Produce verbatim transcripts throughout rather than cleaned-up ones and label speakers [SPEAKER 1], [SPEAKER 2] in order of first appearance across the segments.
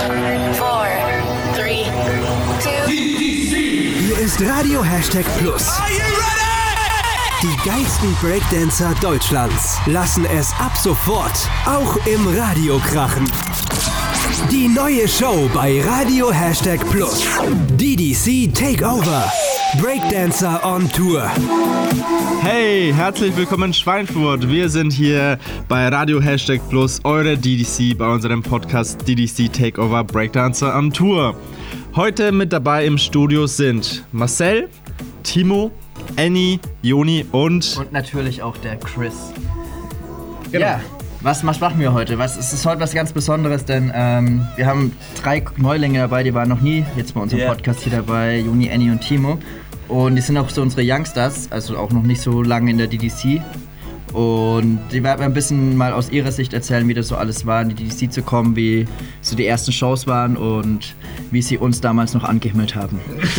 [SPEAKER 1] four, three, two.
[SPEAKER 2] Hier ist Radio Hashtag Plus. Die geilsten Breakdancer Deutschlands lassen es ab sofort auch im Radio krachen. Die neue Show bei Radio Hashtag Plus. D D C Takeover. Breakdancer on Tour.
[SPEAKER 3] Hey, herzlich willkommen in Schweinfurt. Wir sind hier bei Radio Hashtag Plus, eure D D C, bei unserem Podcast D D C Takeover Breakdancer on Tour. Heute mit dabei im Studio sind Marcel, Timo, Annie, Joni und...
[SPEAKER 4] Und natürlich auch der Chris.
[SPEAKER 3] Genau.
[SPEAKER 4] Ja, was, was machen wir heute? Was, es ist heute was ganz Besonderes, denn ähm, wir haben drei Neulinge dabei, die waren noch nie jetzt bei unserem yeah. Podcast hier dabei, Joni, Annie und Timo. Und die sind auch so unsere Youngsters, also auch noch nicht so lange in der D D C. Und die werden ein bisschen mal aus ihrer Sicht erzählen, wie das so alles war, in die D D C zu kommen, wie so die ersten Shows waren und wie sie uns damals noch angehimmelt haben.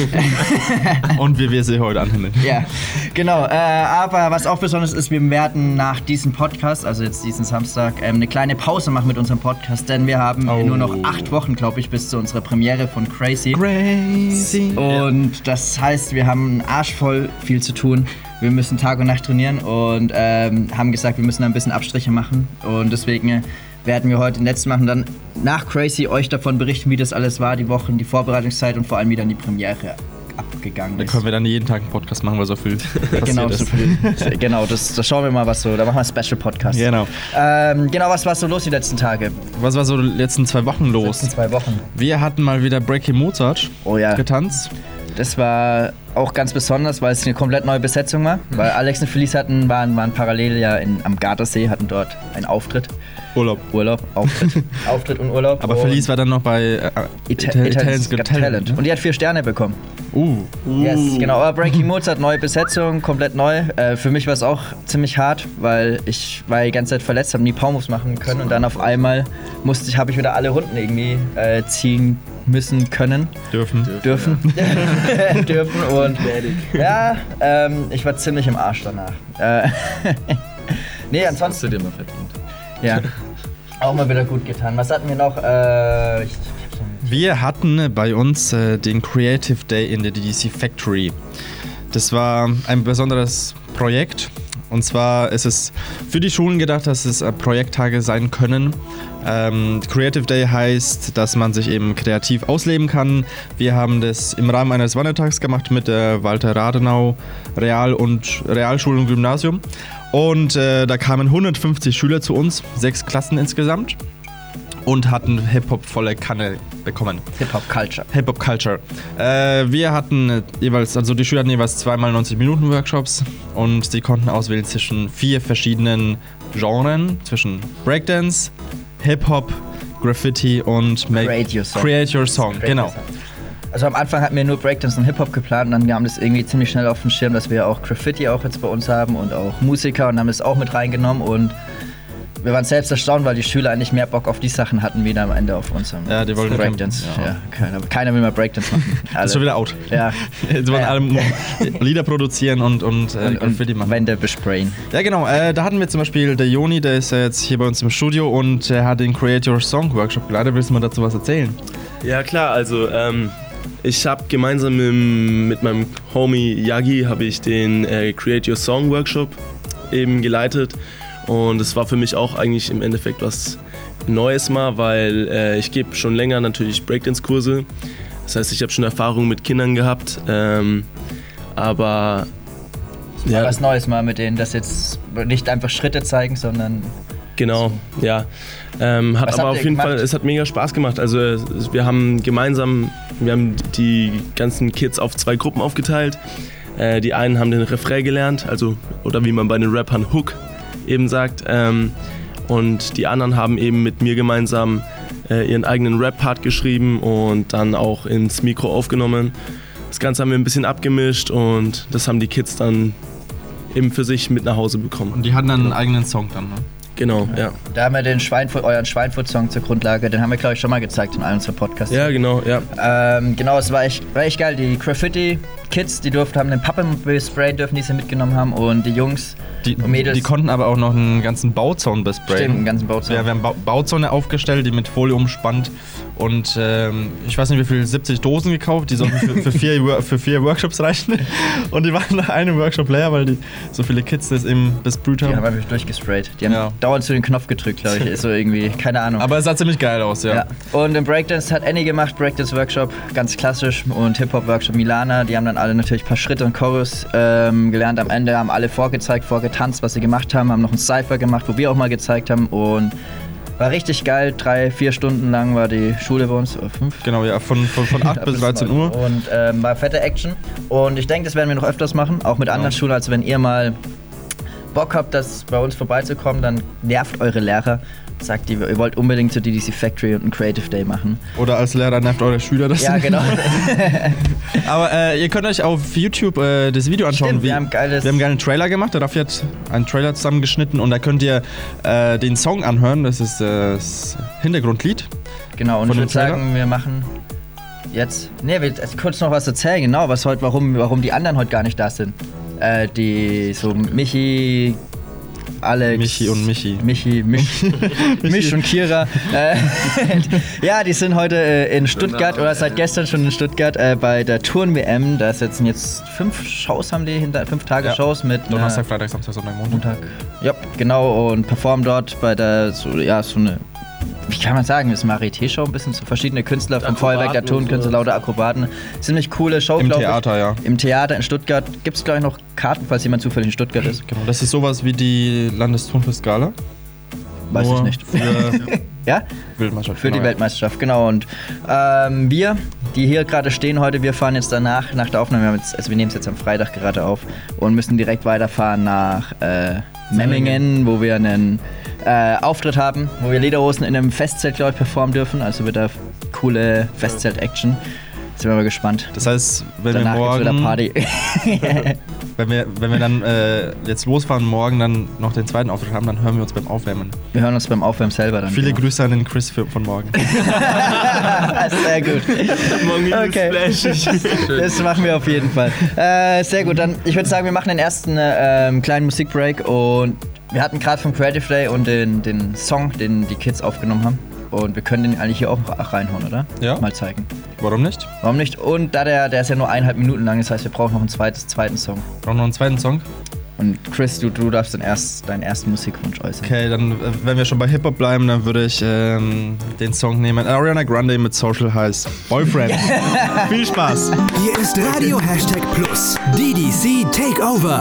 [SPEAKER 3] Und wie wir sie heute anhimmeln.
[SPEAKER 4] Ja, genau. Äh, aber was auch besonders ist, wir werden nach diesem Podcast, also jetzt diesen Samstag, ähm, eine kleine Pause machen mit unserem Podcast, denn wir haben oh. nur noch acht Wochen, glaube ich, bis zu unserer Premiere von Crazy.
[SPEAKER 3] Crazy.
[SPEAKER 4] Und das heißt, wir haben einen Arsch voll viel zu tun. Wir müssen Tag und Nacht trainieren und ähm, haben gesagt, wir müssen da ein bisschen Abstriche machen. Und deswegen werden wir heute den letzten machen, dann nach Crazy euch davon berichten, wie das alles war, die Wochen, die Vorbereitungszeit und vor allem wie dann die Premiere abgegangen ist.
[SPEAKER 3] Da können wir dann jeden Tag einen Podcast machen, weil so viel passiert
[SPEAKER 4] genau,
[SPEAKER 3] ist.
[SPEAKER 4] So viel, genau, das, das schauen wir mal, was so, da machen wir einen Special-Podcast.
[SPEAKER 3] Genau.
[SPEAKER 4] Ähm, genau, was war so los die letzten Tage?
[SPEAKER 3] Was war so die letzten zwei Wochen los? Die
[SPEAKER 4] letzten zwei Wochen.
[SPEAKER 3] Wir hatten mal wieder Breaky Mozart
[SPEAKER 4] oh, ja.
[SPEAKER 3] getanzt.
[SPEAKER 4] Das war auch ganz besonders, weil es eine komplett neue Besetzung war. Mhm. Weil Alex und Felice hatten, waren, waren parallel ja in, am Gardasee, hatten dort einen Auftritt.
[SPEAKER 3] Urlaub.
[SPEAKER 4] Urlaub, Auftritt. Auftritt und Urlaub.
[SPEAKER 3] Aber und Felice war dann noch bei äh,
[SPEAKER 4] Ita- Ital- Italians Got Talent. Talent. Und die hat vier Sterne bekommen.
[SPEAKER 3] Uh.
[SPEAKER 4] Yes, genau. Aber Breaky Mozart, neue Besetzung, komplett neu. Äh, für mich war es auch ziemlich hart, weil ich war die ganze Zeit verletzt, habe nie Power-Moves machen können. Und dann auf einmal musste ich, habe ich wieder alle Runden irgendwie äh, ziehen müssen können.
[SPEAKER 3] Dürfen.
[SPEAKER 4] Dürfen. Ja. Dürfen. Und ja, ähm, ich war ziemlich im Arsch danach. Äh, nee, ansonsten.
[SPEAKER 5] Hast du dir mal verdient.
[SPEAKER 4] Ja. Auch mal wieder gut getan. Was hatten wir noch? Äh, ich,
[SPEAKER 3] wir hatten bei uns äh, den Creative Day in der D D C Factory. Das war ein besonderes Projekt. Und zwar ist es für die Schulen gedacht, dass es Projekttage sein können. Ähm, Creative Day heißt, dass man sich eben kreativ ausleben kann. Wir haben das im Rahmen eines Wandertags gemacht mit der Walter-Rathenau Real- und Realschule und Gymnasium. Und äh, da kamen hundertfünfzig Schüler zu uns, sechs Klassen insgesamt. Und hatten Hip-Hop volle Kanne bekommen.
[SPEAKER 4] Hip-Hop-Culture.
[SPEAKER 3] Hip-Hop-Culture. Äh, wir hatten jeweils, also die Schüler hatten jeweils zweimal neunzig Minuten Workshops und sie konnten auswählen zwischen vier verschiedenen Genren, zwischen Breakdance, Hip-Hop, Graffiti und Make,
[SPEAKER 4] Create Your Song.
[SPEAKER 3] Create Your Song,
[SPEAKER 4] Create
[SPEAKER 3] genau.
[SPEAKER 4] Your Song. Also am Anfang hatten wir nur Breakdance und Hip-Hop geplant und dann haben wir das irgendwie ziemlich schnell auf dem Schirm, dass wir auch Graffiti auch jetzt bei uns haben und auch Musiker und haben das auch mit reingenommen und wir waren selbst erstaunt, weil die Schüler eigentlich mehr Bock auf die Sachen hatten, wie dann am Ende auf uns.
[SPEAKER 3] Ja, die wollten
[SPEAKER 4] Breakdance.
[SPEAKER 3] Ja.
[SPEAKER 4] Ja, keiner, keiner will mehr Breakdance machen.
[SPEAKER 3] Das ist schon wieder out.
[SPEAKER 4] Ja.
[SPEAKER 3] Jetzt wollen
[SPEAKER 4] ja.
[SPEAKER 3] alle Lieder produzieren und, und, äh,
[SPEAKER 4] und,
[SPEAKER 3] Graffiti machen.
[SPEAKER 4] Wände besprayen.
[SPEAKER 3] Ja, genau. Äh, da hatten wir zum Beispiel der Joni, der ist ja jetzt hier bei uns im Studio und er hat den Create Your Song Workshop geleitet. Willst du mal dazu was erzählen?
[SPEAKER 5] Ja, klar. Also, ähm, ich habe gemeinsam mit, mit meinem Homie Yagi habe ich den äh, Create Your Song Workshop eben geleitet. Und es war für mich auch eigentlich im Endeffekt was Neues mal, weil äh, ich gebe schon länger natürlich Breakdance-Kurse. Das heißt, ich habe schon Erfahrung mit Kindern gehabt. Ähm, aber
[SPEAKER 4] das war ja was Neues mal mit denen, dass jetzt nicht einfach Schritte zeigen, sondern...
[SPEAKER 5] Genau, ja. Ähm, hat
[SPEAKER 4] was
[SPEAKER 5] aber auf jeden
[SPEAKER 4] gemacht?
[SPEAKER 5] Fall, es hat mega Spaß gemacht. Also wir haben gemeinsam, wir haben die ganzen Kids auf zwei Gruppen aufgeteilt. Äh, die einen haben den Refrain gelernt, also oder wie man bei den Rappern Hook eben sagt. Ähm, und die anderen haben eben mit mir gemeinsam äh, ihren eigenen Rap-Part geschrieben und dann auch ins Mikro aufgenommen. Das Ganze haben wir ein bisschen abgemischt und das haben die Kids dann eben für sich mit nach Hause bekommen.
[SPEAKER 3] Und die hatten dann einen eigenen Song dann, ne?
[SPEAKER 5] Genau, ja.
[SPEAKER 4] Da haben wir den Schweinfurt, euren Schweinfurt-Song zur Grundlage, den haben wir, glaube ich, schon mal gezeigt in einem unserer Podcasts.
[SPEAKER 5] Ja, genau, ja.
[SPEAKER 4] Ähm, genau, es war echt, war echt geil. Die Graffiti-Kids, die durften, haben den Pappe sprayen dürfen, die sie mitgenommen haben. Und die Jungs
[SPEAKER 3] die,
[SPEAKER 4] und Mädels...
[SPEAKER 3] Die konnten aber auch noch einen ganzen Bauzaun besprayen.
[SPEAKER 4] Stimmt, einen ganzen Bauzaun.
[SPEAKER 3] Ja, wir haben ba- Bauzäune aufgestellt, die mit Folie umspannt. Und ähm, ich weiß nicht, wie viel, siebzig Dosen gekauft, die sollten für, für, vier, für vier Workshops reichen. Und die waren nach einem Workshop leer, weil die so viele Kids das eben besprüht haben.
[SPEAKER 4] Die haben einfach durchgesprayt. Die haben
[SPEAKER 3] Ja.
[SPEAKER 4] dauernd zu den Knopf gedrückt, glaube ich. Ist so irgendwie, keine Ahnung.
[SPEAKER 3] Aber es sah ziemlich geil aus, ja.
[SPEAKER 4] Ja. Und im Breakdance hat Annie gemacht, Breakdance-Workshop, ganz klassisch, und Hip-Hop-Workshop Milana. Die haben dann alle natürlich ein paar Schritte und Chorus ähm, gelernt. Am Ende haben alle vorgezeigt, vorgetanzt, was sie gemacht haben, haben noch einen Cypher gemacht, wo wir auch mal gezeigt haben, und war richtig geil. Drei, vier Stunden lang war die Schule bei uns, oder fünf.
[SPEAKER 3] Genau, ja, von, von, von acht bis dreizehn Uhr.
[SPEAKER 4] Und ähm, war fette Action. Und ich denke, das werden wir noch öfters machen, auch mit anderen Schulen. Also wenn ihr mal Bock habt, das bei uns vorbeizukommen, dann nervt eure Lehrer. Sagt ihr, ihr wollt unbedingt zur D D C Factory und einen Creative Day machen.
[SPEAKER 3] Oder als Lehrer nervt eure Schüler das.
[SPEAKER 4] Ja, genau.
[SPEAKER 3] Aber äh, ihr könnt euch auf YouTube äh, das Video anschauen.
[SPEAKER 4] Stimmt,
[SPEAKER 3] wie,
[SPEAKER 4] wir haben geiles-
[SPEAKER 3] wir haben einen geilen Trailer gemacht. Der Raffi hat einen Trailer zusammengeschnitten und da könnt ihr äh, den Song anhören. Das ist äh, das Hintergrundlied.
[SPEAKER 4] Genau, und
[SPEAKER 3] Von
[SPEAKER 4] ich
[SPEAKER 3] dem
[SPEAKER 4] würde sagen, wir machen jetzt. Ne, wir also kurz noch was erzählen, genau, was heute, warum, warum die anderen heute gar nicht da sind. Äh, die so Michi, Alex.
[SPEAKER 3] Michi und Michi.
[SPEAKER 4] Michi, Mich, Mich und Kira. Äh, ja, die sind heute äh, in Stuttgart oder seit gestern schon in Stuttgart äh, bei der Turn-W M. Da sitzen jetzt fünf Shows, haben die hinter, fünf Tage
[SPEAKER 3] Ja.
[SPEAKER 4] Shows mit.
[SPEAKER 3] Donnerstag,
[SPEAKER 4] äh,
[SPEAKER 3] Freitag, Samstag, Sonntag, Montag.
[SPEAKER 4] Montag. Ja, genau, und performen dort bei der, so, ja, so eine, wie kann man sagen, das ist eine Varieté-Show, ein bisschen so verschiedene Künstler, vom Feuerwerk, der Tonkünstler, lauter Akrobaten. Ziemlich coole Show,
[SPEAKER 3] Im
[SPEAKER 4] glaube ich.
[SPEAKER 3] Theater, ja.
[SPEAKER 4] Im Theater in Stuttgart. Gibt es, glaube ich, noch Karten, falls jemand zufällig in Stuttgart ist?
[SPEAKER 3] Genau, das ist sowas wie die Landestonfestgala.
[SPEAKER 4] Weiß
[SPEAKER 3] Nur
[SPEAKER 4] ich nicht.
[SPEAKER 3] Für
[SPEAKER 4] Ja?
[SPEAKER 3] Weltmeisterschaft.
[SPEAKER 4] Für die
[SPEAKER 3] genau, ja.
[SPEAKER 4] Weltmeisterschaft, genau. Und ähm, wir, die hier gerade stehen heute, wir fahren jetzt danach, nach der Aufnahme, wir, haben jetzt, also wir nehmen es jetzt am Freitag gerade auf und müssen direkt weiterfahren nach äh, Memmingen, wo wir einen äh, Auftritt haben, wo wir Lederhosen in einem Festzelt, glaube ich, performen dürfen. Also wird da coole Festzelt-Action. Sind wir mal gespannt.
[SPEAKER 3] Das heißt, wenn
[SPEAKER 4] Danach
[SPEAKER 3] wir morgen,
[SPEAKER 4] gibt's wieder Party.
[SPEAKER 3] wenn wir, wenn wir dann äh, jetzt losfahren, morgen dann noch den zweiten Auftritt haben, dann hören wir uns beim Aufwärmen.
[SPEAKER 4] Wir hören uns beim Aufwärmen selber dann.
[SPEAKER 3] Viele
[SPEAKER 4] genau.
[SPEAKER 3] Grüße an den Chris für, von morgen.
[SPEAKER 4] Sehr gut.
[SPEAKER 5] Morgen
[SPEAKER 4] Okay.
[SPEAKER 5] flashig.
[SPEAKER 4] Das machen wir auf jeden Fall. Äh, sehr gut, dann ich würde sagen, wir machen den ersten äh, ähm, kleinen Musikbreak, und wir hatten gerade vom Creative Day und den, den Song, den die Kids aufgenommen haben. Und wir können den eigentlich hier auch noch reinhauen, oder?
[SPEAKER 3] Ja.
[SPEAKER 4] Mal zeigen.
[SPEAKER 3] Warum nicht?
[SPEAKER 4] Warum nicht? Und da der, der ist ja nur eineinhalb Minuten lang, das heißt, wir brauchen noch einen zweites, zweiten Song.
[SPEAKER 3] Brauchen wir noch einen zweiten Song?
[SPEAKER 4] Und Chris, du, du darfst dann erst deinen ersten Musikwunsch äußern.
[SPEAKER 3] Okay, dann, äh, wenn wir schon bei Hip-Hop bleiben, dann würde ich ähm, den Song nehmen. Ariana Grande mit Social heißt Boyfriend. Viel Spaß!
[SPEAKER 2] Hier ist Radio Hashtag Plus. D D C Takeover.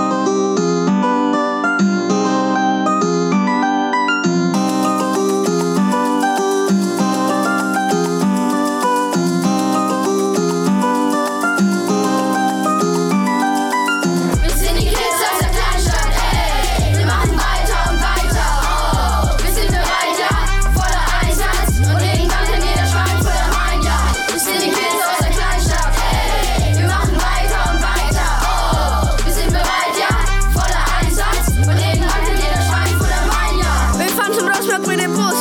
[SPEAKER 1] Wir sind die Kids aus der Kleinstadt, ey. Wir machen weiter und weiter, oh. Wir sind bereit, ja, voller Einsatz. Und irgendwann kann jeder schweigen für der Main, ja. Wir sind die Kids aus der Kleinstadt, ey. Wir machen weiter und weiter, oh. Wir sind bereit, ja, voller Einsatz. Und irgendwann kann jeder schweigen für der Main, ja.
[SPEAKER 6] Wir fahren zum Rossberg mit dem Bus,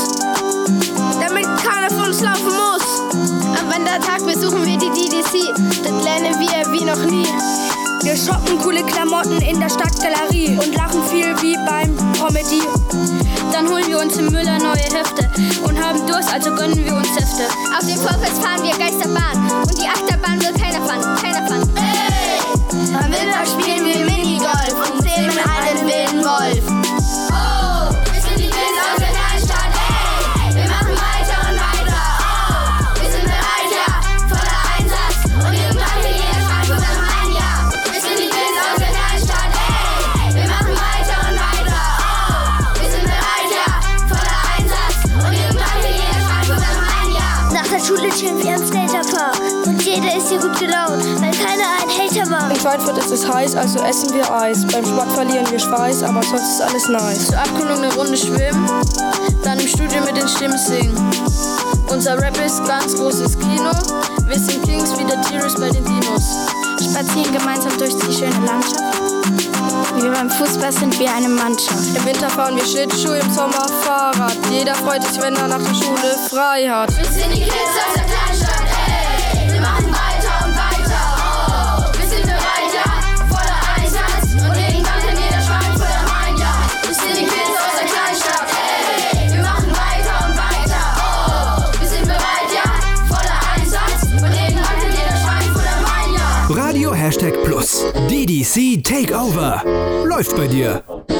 [SPEAKER 6] damit keiner von uns laufen muss. Am Wandertag besuchen wir die D D C, das lernen wir wie noch nie. Wir shoppen coole Klamotten in der Stadtgalerie und lachen viel wie beim Comedy.
[SPEAKER 7] Dann holen wir uns im Müller neue Hefte und haben Durst, also gönnen wir uns Säfte.
[SPEAKER 6] Auf dem Vorfest fahren wir Geisterbahn und die Achterbahn will keiner fahren, keiner fahren.
[SPEAKER 1] Hey! Am Mittag spielen wir Minigolf und zähmen einen wilden Wolf. Oh, wir sind die Kids aus der Kleinstadt, ey. Wir machen weiter und weiter, oh. Wir sind bereit, ja, voller Einsatz. Und irgendwann will jeder schreien für sein Main, ja. Wir sind die Kids aus der Kleinstadt, ey. Wir machen weiter und weiter, oh. Wir sind bereit, ja, voller Einsatz. Und irgendwann will jeder schreien für sein Main, ja.
[SPEAKER 6] Nach der Schule chillen wir am Skaterpark und jeder ist hier gut gelaunt, weil keiner ein Hater war.
[SPEAKER 8] In Schweinfurt ist es heiß, also essen wir Eis. Beim Sport verlieren wir Schweiß, aber sonst ist alles nice.
[SPEAKER 7] Zur Abkühlung eine Runde schwimmen, dann im Studio mit den Stimmen singen. Unser Rap ist ganz großes Kino, wir sind Kings wie der T-Rex bei den Dinos.
[SPEAKER 6] Spazieren gemeinsam durch die schöne Landschaft. Wir beim Fußball sind wir eine Mannschaft.
[SPEAKER 8] Im Winter fahren wir Schlittschuh, im Sommer Fahrrad. Jeder freut sich, wenn er nach der Schule frei hat.
[SPEAKER 1] Wir sind die Kids aus der Kleinstadt, ey. Wir machen weiter und weiter, oh. Wir sind bereit, ja, voller Einsatz. Und irgendwann kann jeder schweigen für der Main, ja. Wir sind die Kids aus der Kleinstadt, ey. Wir machen weiter und weiter, oh. Wir sind bereit,
[SPEAKER 2] D D C Takeover. Läuft bei dir.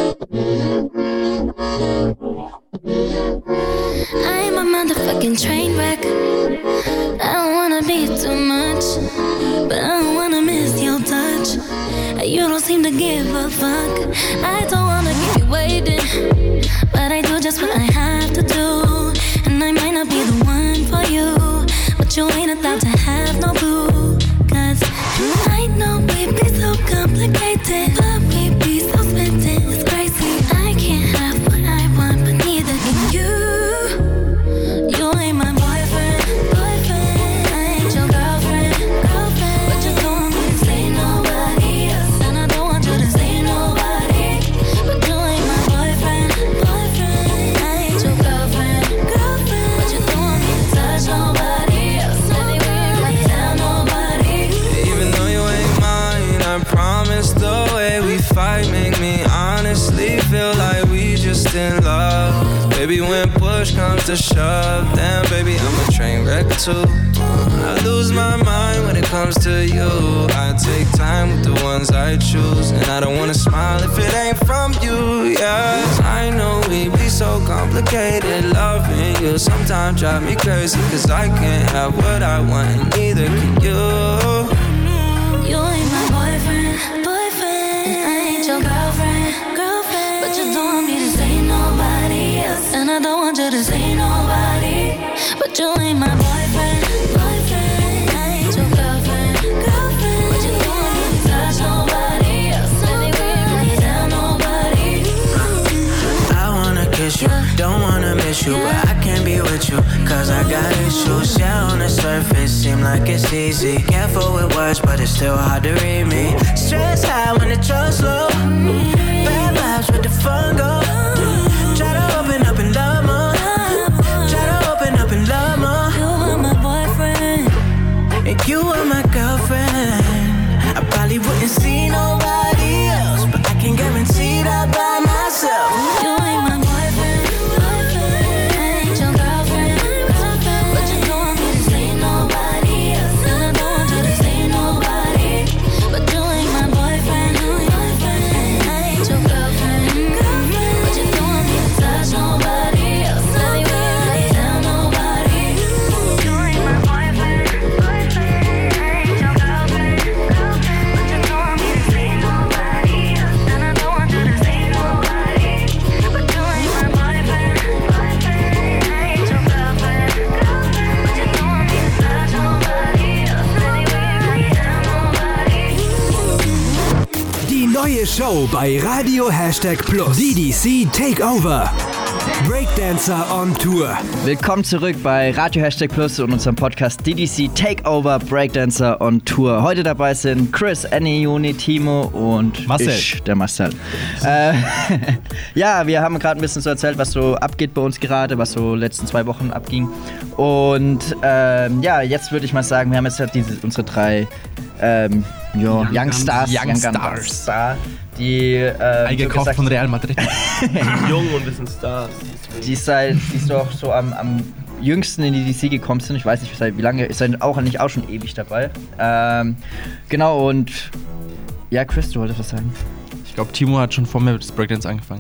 [SPEAKER 9] I'm a motherfucking train wreck. I don't wanna be too much, but I don't wanna miss your touch. You don't seem to give a fuck. I don't wanna keep you waiting, but I do just what I have to do. And I might not be the one for you, but you ain't allowed to have no clue. Cause I know we be so complicated, but we be so smitten, it's crazy. I can't have what I want, but neither can you. You ain't my boyfriend, boyfriend. I ain't your girlfriend, girlfriend. But you don't want me to say nobody else, and I don't want you to say nobody. But you ain't my boyfriend, boyfriend. I ain't your girlfriend, girlfriend. But you don't want me to touch nobody else. Anywhere I tell nobody.
[SPEAKER 10] Even though you ain't mine, I promise the way we fight make me honestly feel like we just in love. 'Cause baby, when push comes to shove, then baby, I'm a train wreck too. I lose my mind when it comes to you. I take time with the ones I choose, and I don't wanna smile if it ain't from you, yeah. 'Cause I know we be so complicated. Loving you sometimes drive me crazy, 'cause I can't have what I want, and neither can you.
[SPEAKER 9] You ain't my boyfriend, boyfriend. I ain't your girlfriend, girlfriend. But you don't want me to say nobody else, and I don't want you to say nobody. But you ain't my boyfriend, boyfriend. I ain't your girlfriend, girlfriend. But you don't want me to touch nobody else. Anywhere I tell nobody.
[SPEAKER 10] I wanna kiss you, don't wanna miss you, but I can't be with you, 'cause I got issues. Yeah, on the surface, seem like it's easy. Careful with words, but it's still hard to read me. Stress high when the trust low. Bad vibes with the fun go. Try to open up and love more. Try to open up and love more.
[SPEAKER 9] You are my boyfriend,
[SPEAKER 10] And you are my girlfriend. I probably wouldn't see nobody else, but I can guarantee that by myself.
[SPEAKER 9] you ain't my boyfriend, boyfriend. I ain't your girlfriend, girlfriend. But you don't want me to say nobody else, and I don't want you to say nobody. But you ain't my boyfriend, boyfriend. I ain't your girlfriend, girlfriend. But you don't want me to touch nobody else, anywhere I tell nobody. You ain't my boyfriend, boyfriend. I ain't your girlfriend, girlfriend. But you don't want me to say nobody else, and I don't want you to say nobody. But you ain't my boyfriend, boyfriend. I ain't your girlfriend, girlfriend. But you don't want me to touch nobody else, anywhere I tell nobody.
[SPEAKER 2] Die neue Show bei Radio Hashtag Plus. D D C Takeover. Breakdancer on Tour.
[SPEAKER 4] Willkommen zurück bei Radio Hashtag Plus und unserem Podcast D D C Takeover Breakdancer on Tour. Heute dabei sind Chris, Annie, Juni, Timo und
[SPEAKER 3] Marcel.
[SPEAKER 4] ich, der Marcel. äh, ja, wir haben gerade ein bisschen so erzählt, was so abgeht bei uns gerade, was so letzten zwei Wochen abging. Und ähm, ja, jetzt würde ich mal sagen, wir haben jetzt halt diese, unsere drei ähm, jo, Young Stars,
[SPEAKER 3] Young Stars.
[SPEAKER 4] da, die ähm, so
[SPEAKER 3] Eingekauft
[SPEAKER 4] gesagt,
[SPEAKER 3] von Real Madrid.
[SPEAKER 5] Jung und wir sind Stars.
[SPEAKER 4] die seit, die ist doch so am, am jüngsten in die D C gekommen sind. Ich weiß nicht, seit wie lange, ist halt auch nicht auch schon ewig dabei. Ähm, genau, und ja, Chris, du wolltest was sagen.
[SPEAKER 3] Ich glaube, Timo hat schon vor mir das Breakdance angefangen.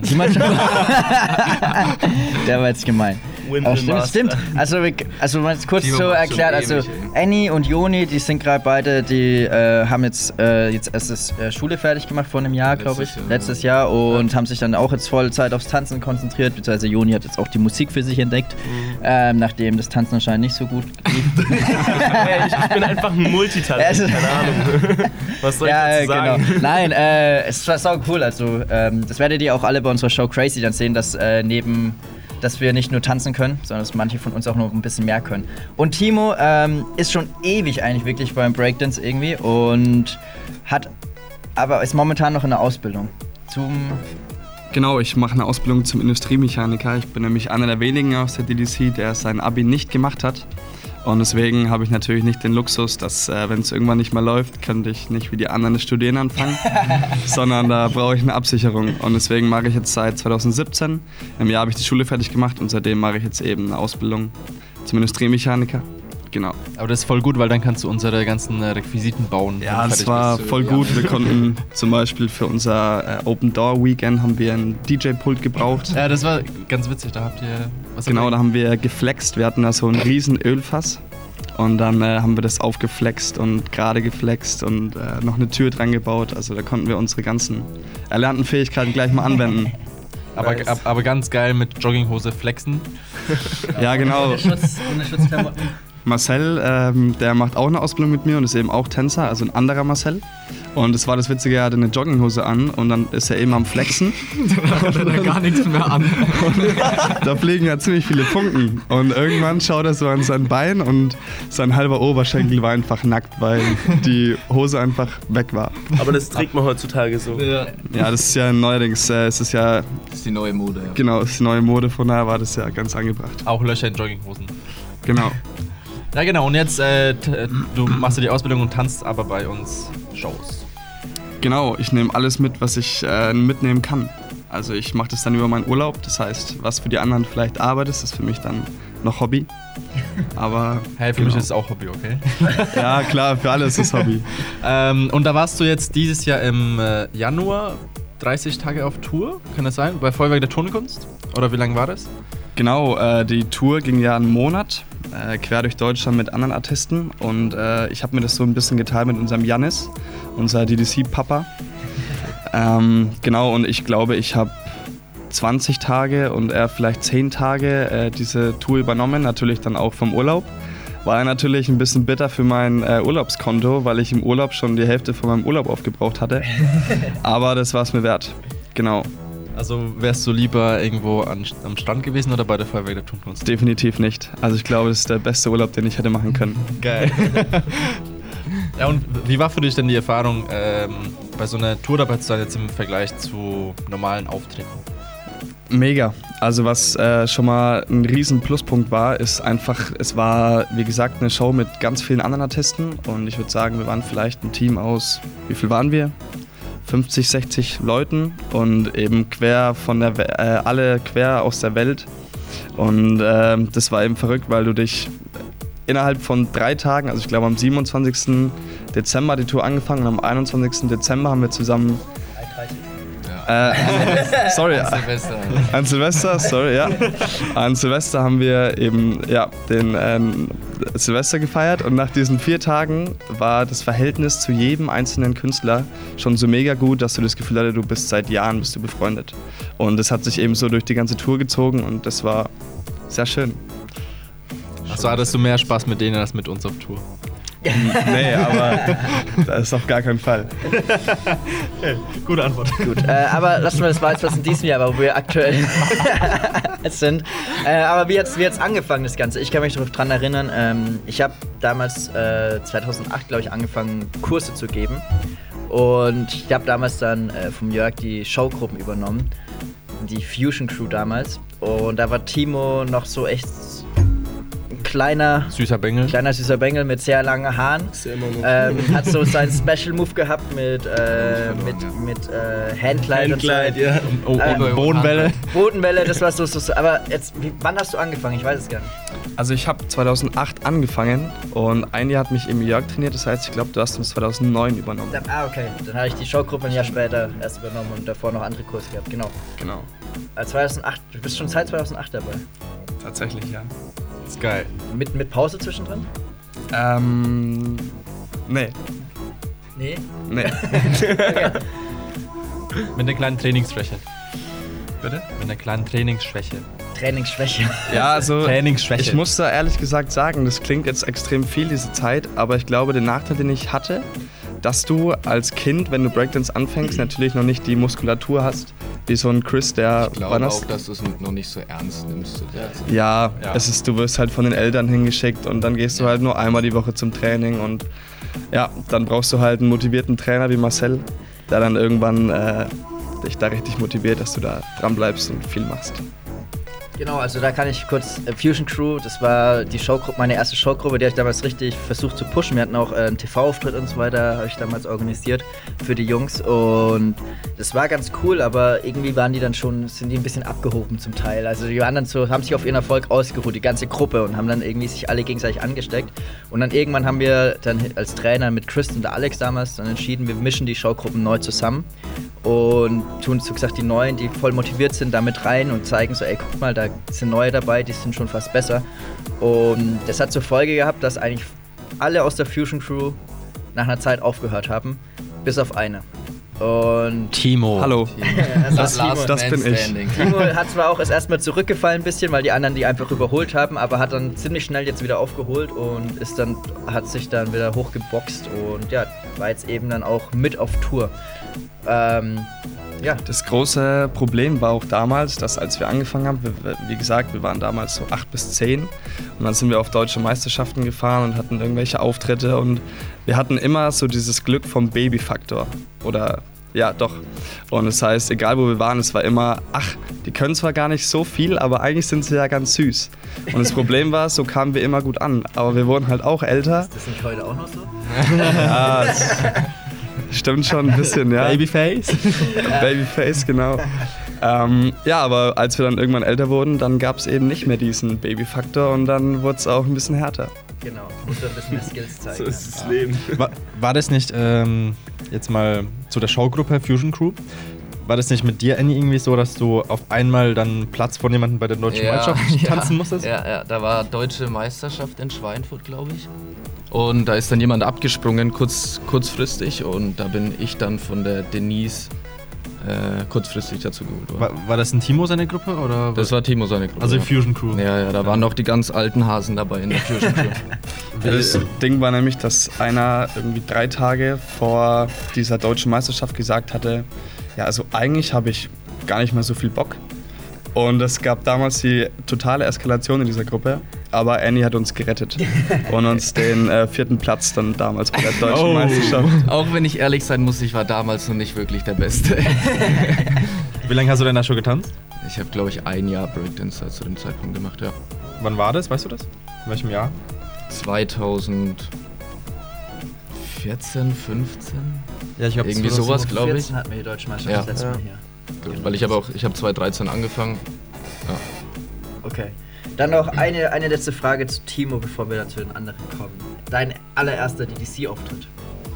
[SPEAKER 4] Der war jetzt gemein. Aber stimmt, stimmt. Also, wir- also mal kurz
[SPEAKER 11] Timo
[SPEAKER 4] so
[SPEAKER 11] macht
[SPEAKER 4] erklärt,
[SPEAKER 11] schon
[SPEAKER 4] also
[SPEAKER 11] ewig,
[SPEAKER 4] Annie und Joni, die sind gerade beide, die äh, haben jetzt, äh, jetzt erst das äh, Schule fertig gemacht vor einem Jahr, glaube ich,
[SPEAKER 11] Letztes Jahr,
[SPEAKER 4] letztes Jahr und haben sich dann auch jetzt voll Zeit aufs Tanzen konzentriert, beziehungsweise Joni hat jetzt auch die Musik für sich entdeckt, ähm, nachdem das Tanzen anscheinend nicht so gut lief.
[SPEAKER 5] Ja, ich, ich bin einfach ein Multitalent,
[SPEAKER 4] Also-
[SPEAKER 5] keine Ahnung. Was soll ich
[SPEAKER 4] Ja,
[SPEAKER 5] dazu sagen?
[SPEAKER 4] genau. Nein, äh, es war sau cool. Also, ähm, das werdet ihr auch alle bei unserer Show Crazy dann sehen, dass äh, neben, dass wir nicht nur tanzen können, sondern dass manche von uns auch noch ein bisschen mehr können. Und Timo ähm, ist schon ewig eigentlich wirklich beim Breakdance irgendwie und hat, aber ist momentan noch in der Ausbildung zum.
[SPEAKER 12] Genau, ich mache eine Ausbildung zum Industriemechaniker. Ich bin nämlich einer der wenigen aus der D D C, der sein Abi nicht gemacht hat. Und deswegen habe ich natürlich nicht den Luxus, dass, äh, wenn es irgendwann nicht mehr läuft, könnte ich nicht wie die anderen das Studieren anfangen, sondern da brauche ich eine Absicherung. Und deswegen mache ich jetzt seit zwanzig siebzehn, im Jahr habe ich die Schule fertig gemacht und seitdem mache ich jetzt eben eine Ausbildung zum Industriemechaniker. Genau.
[SPEAKER 3] Aber das ist voll gut, weil dann kannst du unsere ganzen äh, Requisiten bauen.
[SPEAKER 12] Ja, das war voll gut. Wir konnten zum Beispiel für unser äh, Open Door Weekend haben wir ein D J-Pult gebraucht.
[SPEAKER 3] Ja, das war ganz witzig. Da habt ihr was
[SPEAKER 12] Genau, da haben wir geflext. Wir hatten da so ein riesen Ölfass. Und dann äh, haben wir das aufgeflext und gerade geflext und äh, noch eine Tür dran gebaut. Also da konnten wir unsere ganzen erlernten Fähigkeiten gleich mal anwenden.
[SPEAKER 3] Aber,
[SPEAKER 12] nice.
[SPEAKER 3] ab, aber ganz geil mit Jogginghose flexen.
[SPEAKER 12] Ja, genau.
[SPEAKER 4] Ohne Schutz, ohne Schutzklamotten.
[SPEAKER 12] Marcel, ähm, der macht auch eine Ausbildung mit mir und ist eben auch Tänzer, also ein anderer Marcel. Und das war das Witzige, er hatte eine Jogginghose an und dann ist er eben am Flexen.
[SPEAKER 3] Dann hat er gar nichts mehr an.
[SPEAKER 12] Da fliegen ja ziemlich viele Funken. Und irgendwann schaut er so an sein Bein und sein halber Oberschenkel war einfach nackt, weil die Hose einfach weg war.
[SPEAKER 5] Aber das trägt man heutzutage so.
[SPEAKER 12] Ja, ja, das ist ja neuerdings, äh, es ist ja...
[SPEAKER 11] Das ist die neue Mode, ja.
[SPEAKER 12] Genau, das ist die neue Mode, von daher war das ja ganz angebracht.
[SPEAKER 3] Auch Löcher in Jogginghosen.
[SPEAKER 12] Genau.
[SPEAKER 3] Ja genau, und jetzt, äh, t- du machst ja die Ausbildung und tanzt aber bei uns Shows.
[SPEAKER 12] Genau, ich nehme alles mit, was ich äh, mitnehmen kann. Also ich mache das dann über meinen Urlaub, das heißt, was für die anderen vielleicht Arbeit ist, ist für mich dann noch Hobby. Aber
[SPEAKER 3] hey, für
[SPEAKER 12] genau.
[SPEAKER 3] mich ist es auch Hobby, okay?
[SPEAKER 12] Ja klar, für alle ist es Hobby.
[SPEAKER 3] ähm, und da warst du jetzt dieses Jahr im äh, Januar dreißig Tage auf Tour, kann das sein? Bei Feuerwerk der Tonkunst? Oder wie lange war das?
[SPEAKER 12] Genau, äh, die Tour ging ja einen Monat, äh, quer durch Deutschland mit anderen Artisten und äh, ich habe mir das so ein bisschen geteilt mit unserem Jannis, unser D D C-Papa. Ähm, genau, und ich glaube, ich habe zwanzig Tage und er vielleicht zehn Tage äh, diese Tour übernommen, natürlich dann auch vom Urlaub. War ja natürlich ein bisschen bitter für mein äh, Urlaubskonto, weil ich im Urlaub schon die Hälfte von meinem Urlaub aufgebraucht hatte. Aber das war es mir wert, genau.
[SPEAKER 3] Also wärst du lieber irgendwo an, am Strand gewesen oder bei der Feuerwehr der Tonkunst?
[SPEAKER 12] Definitiv nicht. Also ich glaube, das ist der beste Urlaub, den ich hätte machen können.
[SPEAKER 3] Geil. Ja, und wie war für dich denn die Erfahrung, ähm, bei so einer Tour dabei zu sein, jetzt im Vergleich zu normalen Auftritten?
[SPEAKER 12] Mega. Also was äh, schon mal ein riesen Pluspunkt war, ist einfach, es war wie gesagt eine Show mit ganz vielen anderen Artisten und ich würde sagen, wir waren vielleicht ein Team aus, wie viel waren wir? fünfzig, sechzig Leuten und eben quer von der, We- äh, alle quer aus der Welt und äh, das war eben verrückt, weil du dich innerhalb von drei Tagen, also ich glaube am siebenundzwanzigsten Dezember hat die Tour angefangen und am einundzwanzigsten Dezember haben wir zusammen Äh, sorry,
[SPEAKER 11] An Silvester.
[SPEAKER 12] An Silvester, sorry, ja. An Silvester haben wir eben ja, den ähm, Silvester gefeiert und nach diesen vier Tagen war das Verhältnis zu jedem einzelnen Künstler schon so mega gut, dass du das Gefühl hattest, du bist seit Jahren bist du befreundet. Und das hat sich eben so durch die ganze Tour gezogen und das war sehr schön.
[SPEAKER 3] Also hattest du mehr Spaß mit denen als mit uns auf Tour?
[SPEAKER 12] Nee, aber das ist auf gar keinen Fall.
[SPEAKER 3] Okay, gute Antwort.
[SPEAKER 4] Gut, äh, aber lassen wir das mal jetzt was in diesem Jahr, wo wir aktuell sind. Äh, aber wie hat es wie hat's angefangen, das Ganze? Ich kann mich daran erinnern, ähm, ich habe damals äh, zweitausendacht, glaube ich, angefangen, Kurse zu geben. Und ich habe damals dann äh, vom Jörg die Showgruppen übernommen, die Fusion Crew damals. Und da war Timo noch so echt kleiner
[SPEAKER 3] süßer Bengel,
[SPEAKER 4] kleiner süßer Bengel mit sehr langen Haaren. Ähm, hat so seinen Special Move gehabt mit äh, mit mit äh, Handkleid und so.
[SPEAKER 5] ja.
[SPEAKER 3] Oh,
[SPEAKER 4] Äh,
[SPEAKER 3] oh, Bodenwelle.
[SPEAKER 4] Bodenwelle, das war so, so, so. Aber jetzt, wie, wann hast du angefangen? Ich weiß es gar nicht.
[SPEAKER 12] Also ich habe zweitausendacht angefangen und ein Jahr hat mich eben Jörg trainiert, das heißt, ich glaube, du hast uns zweitausendneun übernommen.
[SPEAKER 4] Dann, ah, okay. Dann habe ich die Showgruppe ein Jahr später erst übernommen und davor noch andere Kurse gehabt. Genau.
[SPEAKER 12] Genau.
[SPEAKER 4] Äh, zweitausendacht, du bist schon seit zweitausendacht dabei.
[SPEAKER 12] Tatsächlich, ja.
[SPEAKER 3] Das ist geil.
[SPEAKER 4] Mit, mit Pause zwischendrin?
[SPEAKER 12] Ähm. Nee.
[SPEAKER 4] Nee?
[SPEAKER 12] Nee.
[SPEAKER 4] Okay.
[SPEAKER 3] Mit einer kleinen Trainingsschwäche.
[SPEAKER 12] Bitte?
[SPEAKER 3] Mit einer kleinen Trainingsschwäche.
[SPEAKER 4] Trainingsschwäche.
[SPEAKER 12] Ja, also
[SPEAKER 3] Trainingsschwäche.
[SPEAKER 12] ich muss da ehrlich gesagt sagen, das klingt jetzt extrem viel, diese Zeit, aber ich glaube, den Nachteil, den ich hatte, dass du als Kind, wenn du Breakdance anfängst, natürlich noch nicht die Muskulatur hast, wie so ein Chris, der...
[SPEAKER 11] Ich glaube auch, dass du es noch nicht so ernst nimmst.
[SPEAKER 12] Ja,
[SPEAKER 3] Ja.
[SPEAKER 12] es ist, du wirst halt von den Eltern hingeschickt und dann gehst du halt nur einmal die Woche zum Training und ja, dann brauchst du halt einen motivierten Trainer wie Marcel, der dann irgendwann äh, dich da richtig motiviert, dass du da dran bleibst und viel machst.
[SPEAKER 4] Genau, also da kann ich kurz, äh, Fusion Crew, das war die Showgruppe, meine erste Showgruppe, die habe ich damals richtig versucht zu pushen. Wir hatten auch äh, einen T V-Auftritt und so weiter, habe ich damals organisiert für die Jungs und das war ganz cool, aber irgendwie waren die dann schon, sind die ein bisschen abgehoben zum Teil. Also die anderen so, haben sich auf ihren Erfolg ausgeruht, die ganze Gruppe und haben dann irgendwie sich alle gegenseitig angesteckt und dann irgendwann haben wir dann als Trainer mit Chris und Alex damals dann entschieden, wir mischen die Showgruppen neu zusammen und tun so gesagt die Neuen, die voll motiviert sind, da mit rein und zeigen so, ey, guck mal, da sind Neue dabei, die sind schon fast besser. Und das hat zur Folge gehabt, dass eigentlich alle aus der Fusion Crew nach einer Zeit aufgehört haben, bis auf eine. Und
[SPEAKER 3] Timo.
[SPEAKER 12] Hallo.
[SPEAKER 4] das,
[SPEAKER 12] das, das bin ich.
[SPEAKER 4] Timo hat zwar auch erst erstmal zurückgefallen ein bisschen, weil die anderen die einfach überholt haben, aber hat dann ziemlich schnell jetzt wieder aufgeholt und ist dann, hat sich dann wieder hochgeboxt und ja, war jetzt eben dann auch mit auf Tour. Ähm, ja.
[SPEAKER 12] Das große Problem war auch damals, dass als wir angefangen haben, wir, wie gesagt, wir waren damals so acht bis zehn und dann sind wir auf deutsche Meisterschaften gefahren und hatten irgendwelche Auftritte und wir hatten immer so dieses Glück vom Baby-Faktor oder ja doch. Und das heißt, egal wo wir waren, es war immer, ach, die können zwar gar nicht so viel, aber eigentlich sind sie ja ganz süß. Und das Problem war, so kamen wir immer gut an, aber wir wurden halt auch älter.
[SPEAKER 4] Ist das nicht heute auch noch so?
[SPEAKER 12] Ja, das stimmt schon ein bisschen, ja.
[SPEAKER 3] Babyface?
[SPEAKER 12] Babyface, genau. Ähm, ja, aber als wir dann irgendwann älter wurden, dann gab es eben nicht mehr diesen Baby-Faktor und dann wurde es auch ein bisschen härter.
[SPEAKER 4] Genau, muss ein bisschen mehr Skills zeigen.
[SPEAKER 5] So ist das Leben.
[SPEAKER 3] War, war das nicht, ähm, jetzt mal zu der Showgruppe Fusion Crew, war das nicht mit dir, Annie, irgendwie so, dass du auf einmal dann Platz von jemandem bei der Deutschen
[SPEAKER 11] Ja,
[SPEAKER 3] Meisterschaft
[SPEAKER 11] ja,
[SPEAKER 3] tanzen musstest?
[SPEAKER 11] Ja, ja, da war Deutsche Meisterschaft in Schweinfurt, glaube ich. Und da ist dann jemand abgesprungen, kurz, kurzfristig. Und da bin ich dann von der Denise äh, kurzfristig dazu geholt worden.
[SPEAKER 3] War, war das ein Timo seine Gruppe? Oder
[SPEAKER 11] Das war Timo seine Gruppe.
[SPEAKER 3] Also
[SPEAKER 11] ja.
[SPEAKER 3] Fusion Crew?
[SPEAKER 11] Ja, ja, da waren noch die ganz alten Hasen dabei in der Fusion Crew.
[SPEAKER 12] Das Ding war nämlich, dass einer irgendwie drei Tage vor dieser deutschen Meisterschaft gesagt hatte, ja, also eigentlich habe ich gar nicht mehr so viel Bock. Und es gab damals die totale Eskalation in dieser Gruppe, aber Annie hat uns gerettet und uns den äh, vierten Platz dann damals bei der deutschen
[SPEAKER 11] Oh.
[SPEAKER 12] Meisterschaft.
[SPEAKER 11] Auch wenn ich ehrlich sein muss, ich war damals noch nicht wirklich der Beste.
[SPEAKER 3] Wie lange hast du denn da schon getanzt?
[SPEAKER 11] Ich habe, glaube ich, ein Jahr Breakdance zu dem Zeitpunkt gemacht, ja.
[SPEAKER 3] Wann war das? Weißt du das? In welchem Jahr?
[SPEAKER 11] zweitausendvierzehn, fünfzehn?
[SPEAKER 3] Ja, ich glaube,
[SPEAKER 11] irgendwie sowas, glaube ich.
[SPEAKER 4] vierzehn hatten wir die Deutsche Meisterschaft
[SPEAKER 11] Ja.
[SPEAKER 4] das letzte Mal hier.
[SPEAKER 11] Gut, weil ich habe auch, ich habe zweitausenddreizehn angefangen. Ja.
[SPEAKER 4] Okay. Dann noch eine, eine letzte Frage zu Timo, bevor wir dann zu den anderen kommen. Dein allererster D D C-Auftritt.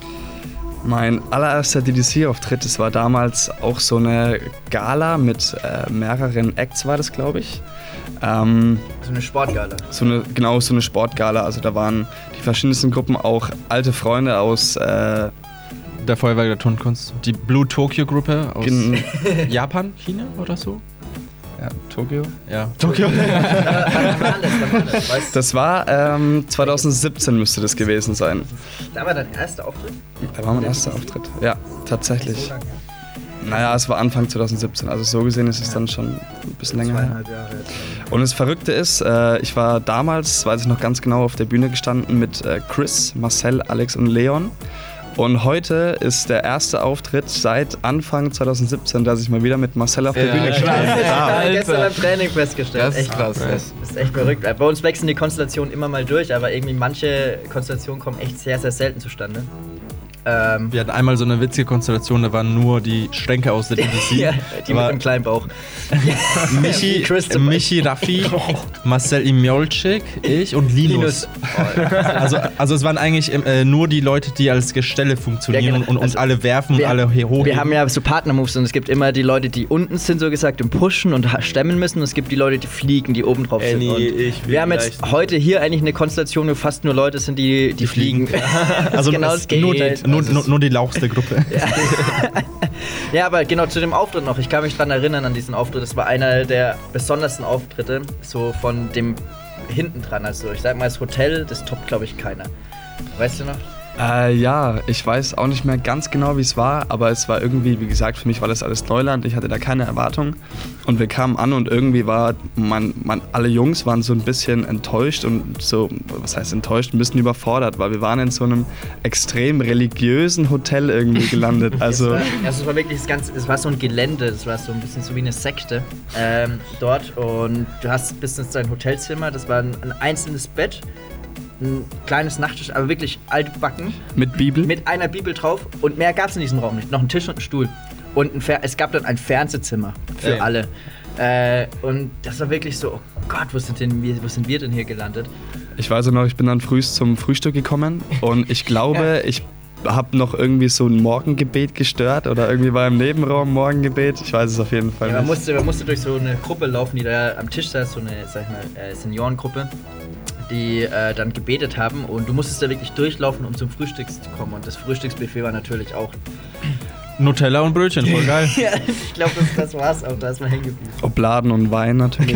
[SPEAKER 12] Mein allererster D D C-Auftritt, das war damals auch so eine Gala mit äh, mehreren Acts, war das, glaube ich. Ähm,
[SPEAKER 4] So eine Sportgala.
[SPEAKER 12] so eine, genau, so eine Sportgala. Also da waren die verschiedensten Gruppen, auch alte Freunde aus äh,
[SPEAKER 3] der Feuerwerk der Tonkunst. Die Blue Tokyo Gruppe aus
[SPEAKER 12] Gen-
[SPEAKER 3] Japan, China oder so?
[SPEAKER 12] ja, Tokio.
[SPEAKER 3] Ja, Tokio.
[SPEAKER 4] Wann war das? Wann war das? Weißt du?
[SPEAKER 12] Das war ähm, zweitausendsiebzehn müsste das gewesen sein.
[SPEAKER 4] Da war dein erster Auftritt?
[SPEAKER 12] Da war mein erster Auftritt. Ja, tatsächlich.
[SPEAKER 4] So lange her.
[SPEAKER 12] Naja, es war Anfang zweitausendsiebzehn, also so gesehen ist es dann schon ein bisschen länger her.
[SPEAKER 4] Zweieinhalb Jahre jetzt.
[SPEAKER 12] Und das Verrückte ist, äh, ich war damals, weiß ich noch ganz genau, auf der Bühne gestanden mit äh, Chris, Marcel, Alex und Leon. Und heute ist der erste Auftritt seit Anfang zweitausendsiebzehn, dass ich mal wieder mit Marcel auf der
[SPEAKER 11] Ja,
[SPEAKER 12] Bühne
[SPEAKER 11] krass.
[SPEAKER 12] stand.
[SPEAKER 4] Das habe ich
[SPEAKER 11] Alter.
[SPEAKER 4] gestern beim Training festgestellt.
[SPEAKER 11] Das ist
[SPEAKER 4] Echt
[SPEAKER 11] krass.
[SPEAKER 4] Das ist echt verrückt. Bei uns wechseln die Konstellationen immer mal durch, aber irgendwie manche Konstellationen kommen echt sehr, sehr selten zustande. Ähm,
[SPEAKER 3] Wir hatten einmal so eine witzige Konstellation, da waren nur die Schränke aus der D D C.
[SPEAKER 4] ja, die
[SPEAKER 3] Aber
[SPEAKER 4] mit dem kleinen Bauch.
[SPEAKER 3] Michi,
[SPEAKER 4] Chris zum
[SPEAKER 3] Michi Raffi, Marcel Imjolczyk, ich und Linus. Also, also es waren eigentlich äh, nur die Leute, die als Gestelle funktionieren
[SPEAKER 4] Ja, genau.
[SPEAKER 3] und, und
[SPEAKER 4] Also
[SPEAKER 3] alle werfen und
[SPEAKER 4] wir-
[SPEAKER 3] alle he- hochheben.
[SPEAKER 4] Wir haben ja so Partnermoves und es gibt immer die Leute, die unten sind, so gesagt, im Pushen und ha- stemmen müssen. Und es gibt die Leute, die fliegen, die oben drauf sind.
[SPEAKER 5] Annie,
[SPEAKER 4] Und
[SPEAKER 5] ich will
[SPEAKER 4] wir haben jetzt
[SPEAKER 5] gleich-
[SPEAKER 4] heute hier eigentlich eine Konstellation, wo fast nur Leute sind, die, die, fliegen.
[SPEAKER 3] also
[SPEAKER 4] genau
[SPEAKER 3] es-
[SPEAKER 4] das
[SPEAKER 3] nur,
[SPEAKER 4] Gegenteil.
[SPEAKER 3] nur, nur, nur die lauchste Gruppe.
[SPEAKER 4] Ja, aber genau zu dem Auftritt noch. Ich kann mich dran erinnern an diesen Auftritt. Das war einer der besondersten Auftritte, so von dem hinten dran. Also ich sag mal, das Hotel, das toppt, glaube ich, keiner. Weißt du noch?
[SPEAKER 12] Äh, ja, ich weiß auch nicht mehr ganz genau, wie es war, aber es war irgendwie, wie gesagt, für mich war das alles Neuland. Ich hatte da keine Erwartung und wir kamen an und irgendwie war man, man, alle Jungs waren so ein bisschen enttäuscht und so, was heißt enttäuscht, ein bisschen überfordert, weil wir waren in so einem extrem religiösen Hotel irgendwie gelandet. Also,
[SPEAKER 4] es, war, also es war wirklich das ganze, es war so ein Gelände, es war so ein bisschen so wie eine Sekte ähm, dort und du hast bis in dein Hotelzimmer, das war ein, ein einzelnes Bett. Ein kleines Nachttisch, aber wirklich altbacken.
[SPEAKER 12] Mit Bibel?
[SPEAKER 4] Mit einer Bibel drauf und mehr gab es in diesem Raum nicht. Noch ein Tisch und ein Stuhl. Und ein Fer- es gab dann ein Fernsehzimmer für
[SPEAKER 3] Ey.
[SPEAKER 4] alle. Äh, und das war wirklich so, oh Gott, wo sind, denn wir, wo sind wir denn hier gelandet?
[SPEAKER 12] Ich weiß auch noch, ich bin dann früh zum Frühstück gekommen und ich glaube, ich habe noch irgendwie so ein Morgengebet gestört oder irgendwie war im Nebenraum Morgengebet. Ich weiß es auf jeden Fall
[SPEAKER 4] Ja, man,
[SPEAKER 12] nicht.
[SPEAKER 4] musste, man musste durch so eine Gruppe laufen, die da am Tisch saß, so eine, sag ich mal, äh, Seniorengruppe, die äh, dann gebetet haben und du musstest da wirklich durchlaufen, um zum Frühstück zu kommen und das Frühstücksbuffet war natürlich auch
[SPEAKER 3] Nutella und Brötchen, voll geil.
[SPEAKER 4] ja, ich glaube, das, das war's auch, da ist man hängen geblieben.
[SPEAKER 12] Obladen und Wein natürlich.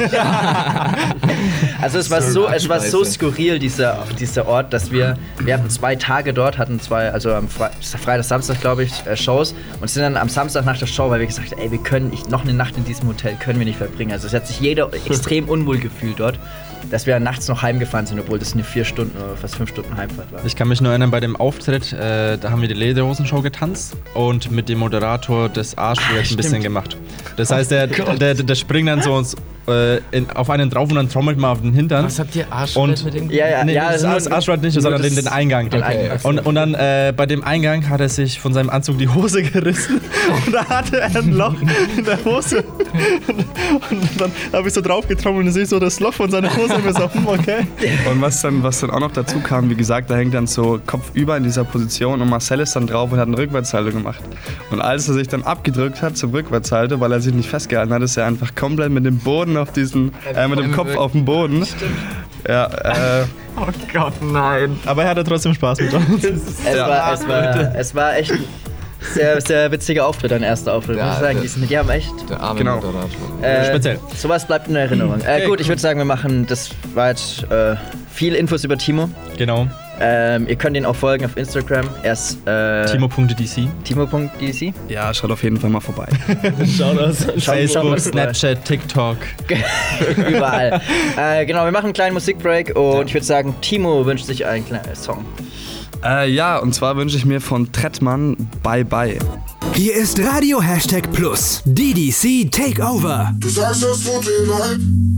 [SPEAKER 4] Also es war so, es war so skurril, dieser, dieser Ort, dass wir, wir hatten zwei Tage dort, hatten zwei, also am Fre- Freitag, Samstag, glaube ich, äh, Shows und sind dann am Samstag nach der Show, weil wir gesagt haben, ey, wir können nicht, noch eine Nacht in diesem Hotel können wir nicht verbringen. Also es hat sich jeder extrem unwohl gefühlt dort, dass wir nachts noch heimgefahren sind, obwohl das eine vier Stunden oder fast fünf Stunden Heimfahrt war.
[SPEAKER 3] Ich kann mich nur erinnern, bei dem Auftritt, äh, da haben wir die Lederhosen-Show getanzt und mit dem Moderator das Arschduett ein bisschen gemacht. Das heißt, der,
[SPEAKER 11] Oh
[SPEAKER 3] der, der, der springt dann so uns, äh, in, auf einen drauf und dann trommelt man auf den Hintern.
[SPEAKER 11] Was habt ihr Arschduett mit dem?
[SPEAKER 4] Ja, ja,
[SPEAKER 3] Nee,
[SPEAKER 4] ja,
[SPEAKER 3] das,
[SPEAKER 4] das
[SPEAKER 3] das
[SPEAKER 4] ist
[SPEAKER 3] Arschduett nicht, sondern den, den Eingang.
[SPEAKER 4] Den
[SPEAKER 11] Okay,
[SPEAKER 4] Eingang.
[SPEAKER 11] okay.
[SPEAKER 3] Und, und dann äh, bei dem Eingang hat er sich von seinem Anzug die Hose gerissen und da hatte er ein Loch in der Hose. Und, und dann habe ich so drauf getrommelt und sehe so das Loch von seiner Hose und mir so, hm, okay.
[SPEAKER 12] Und was dann, was dann auch noch dazu kam, wie gesagt, da hängt dann so kopfüber in dieser Position und Marcel ist dann drauf und hat einen Rückwärtssalto gemacht. Und als er sich dann abgedrückt hat zum Rückwärtssalto, weil er sich nicht festgehalten hat, ist er einfach komplett mit dem Boden auf diesen, äh, mit dem Kopf auf dem Boden. Ja, äh,
[SPEAKER 11] Oh Gott, nein.
[SPEAKER 3] Aber er hatte trotzdem Spaß mit uns.
[SPEAKER 4] Es, war, es, war, es war echt ein sehr, sehr witziger Auftritt, ein erster Auftritt,
[SPEAKER 11] Ja,
[SPEAKER 4] muss ich sagen.
[SPEAKER 11] der-
[SPEAKER 4] Die, sind, die haben echt...
[SPEAKER 11] Der arme
[SPEAKER 12] Genau.
[SPEAKER 11] Moderator.
[SPEAKER 4] Äh,
[SPEAKER 3] Speziell.
[SPEAKER 4] Sowas bleibt in Erinnerung. Äh,
[SPEAKER 3] Okay,
[SPEAKER 4] gut, ich
[SPEAKER 3] cool.
[SPEAKER 4] würde sagen, wir machen, das war jetzt äh, viel Infos über Timo.
[SPEAKER 3] Genau.
[SPEAKER 4] Ähm, ihr könnt ihn auch folgen auf Instagram. Er ist äh,
[SPEAKER 3] Timo Punkt D C.
[SPEAKER 4] Timo Punkt D C.
[SPEAKER 12] ja, schaut auf jeden Fall mal vorbei.
[SPEAKER 4] Schau das.
[SPEAKER 3] Facebook, Snapchat, TikTok.
[SPEAKER 4] Überall. äh, genau, wir machen einen kleinen Musikbreak und ich würde sagen, Timo wünscht sich einen kleinen Song.
[SPEAKER 12] Äh, ja, und zwar wünsche ich mir von Trettmann Bye Bye.
[SPEAKER 2] Hier ist Radio Hashtag Plus. D D C Takeover.
[SPEAKER 13] Du sagst, es tut mir leid.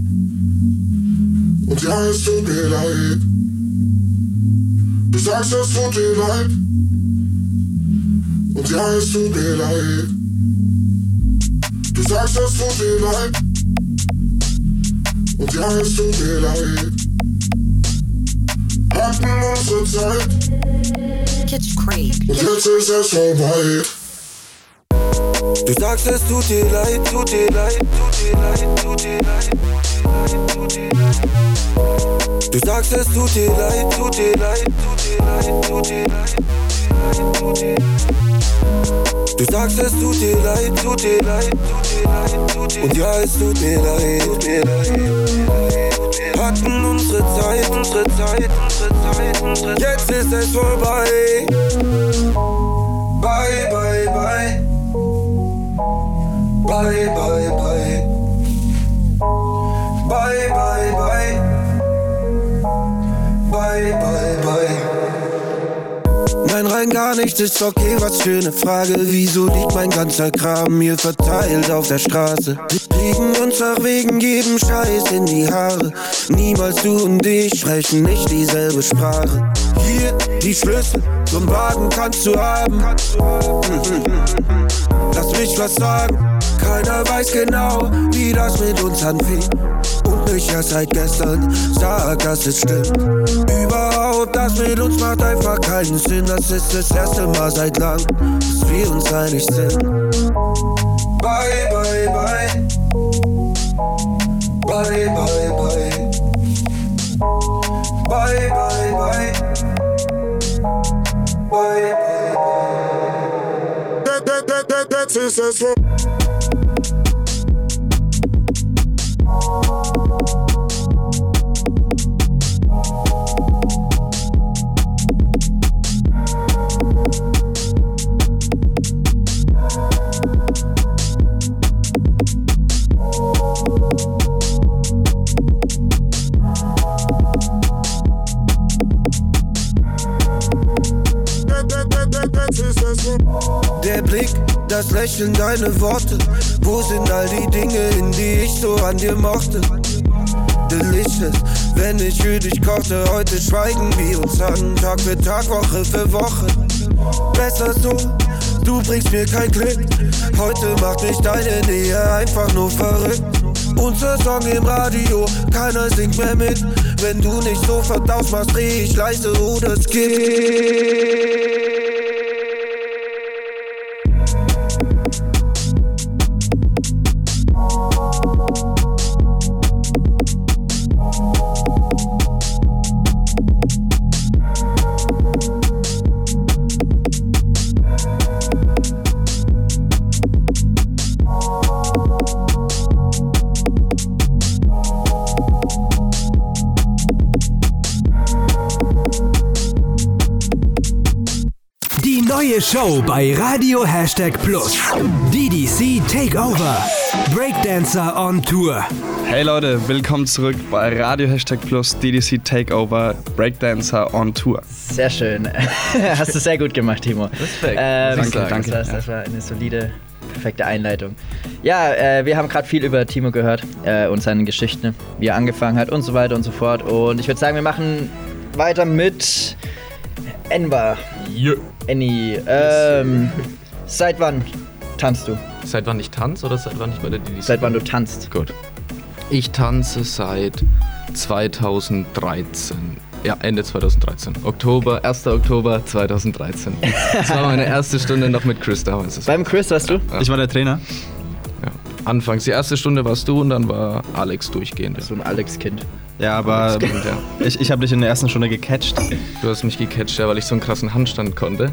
[SPEAKER 13] Und ja, es tut mir leid. Du sagst, es tut mir leid. Und ja, es tut mir leid. Du sagst, es tut mir leid. Und ja, es tut mir leid. Hatten unsere Zeit. Und jetzt ist es vorbei.
[SPEAKER 10] Du sagst, es tut dir leid, tut dir leid, tut dir leid, tut dir leid, tut dir leid. Du sagst, es tut dir leid, tut dir leid, tut dir leid, tut dir leid, tut dir leid. Du sagst, es tut dir leid, tut dir leid, tut dir leid, tut dir leid. Und ja, es tut mir leid, tut mir leid. Hatten unsere Zeit, unsere Zeit, unsere Zeit, unsere Zeit. Jetzt ist es vorbei. Bye, bye, bye. Bye, bye, bye. Bye, bye, bye. Bye, bye, bye. Nein, rein gar nicht, ist okay, was für eine Frage. Wieso liegt mein ganzer Kram hier verteilt auf der Straße? Wir kriegen uns nach wegen jedem Scheiß in die Haare. Niemals du und ich sprechen nicht dieselbe Sprache. Hier die Schlüssel zum Wagen kannst du haben. Lass mich was sagen. Keiner weiß genau, wie das mit uns anfing. Und nicht erst seit gestern sag, dass es stimmt. Überhaupt, das mit uns macht einfach keinen Sinn. Das ist das erste Mal seit lang, dass wir uns einig sind. Bye, bye, bye. Bye, bye, bye. Bye, bye, bye. Bye, bye, bye.
[SPEAKER 13] That, that, that, that, that's it, that's what.
[SPEAKER 10] das Lächeln, deine Worte. Wo sind all die Dinge, in die ich so an dir mochte? Delicious, wenn ich für dich kochte. Heute schweigen wir uns an, Tag für Tag, Woche für Woche. Besser so, du bringst mir kein Glück. Heute macht mich deine Nähe einfach nur verrückt. Unser Song im Radio, keiner singt mehr mit. Wenn du nicht sofort ausmachst, dreh ich leise oder skip.
[SPEAKER 2] Neue Show bei Radio Hashtag Plus. D D C Takeover. Breakdancer on Tour.
[SPEAKER 12] Hey Leute, willkommen zurück bei Radio Hashtag Plus, D D C Takeover, Breakdancer on Tour.
[SPEAKER 4] Sehr schön. Hast du sehr gut gemacht, Timo.
[SPEAKER 12] Respekt.
[SPEAKER 4] Ähm,
[SPEAKER 12] danke,
[SPEAKER 4] das,
[SPEAKER 12] danke.
[SPEAKER 4] Das, das war eine solide, perfekte Einleitung. Ja, äh, wir haben gerade viel über Timo gehört äh, und seine Geschichten, wie er angefangen hat und so weiter und so fort. Und ich würde sagen, wir machen weiter mit Enver.
[SPEAKER 11] Yeah.
[SPEAKER 4] Annie, ähm, seit wann tanzt du?
[SPEAKER 11] Seit wann ich tanze oder seit wann ich bei der D D C?
[SPEAKER 4] Seit wann du tanzt.
[SPEAKER 11] Gut. Ich tanze seit zweitausenddreizehn. Ja, Ende zweitausenddreizehn. Oktober, erster Oktober zweitausenddreizehn. Das war meine erste Stunde noch mit Chris damals.
[SPEAKER 4] Beim Chris warst du?
[SPEAKER 3] Ja. Ich war der Trainer.
[SPEAKER 11] Ja. Anfangs, die erste Stunde warst du und dann war Alex durchgehend.
[SPEAKER 4] So ein Alex-Kind.
[SPEAKER 3] Ja, aber kind, ja. ich, ich habe dich in der ersten Stunde gecatcht.
[SPEAKER 11] Du hast mich gecatcht, ja, weil ich so einen krassen Handstand konnte.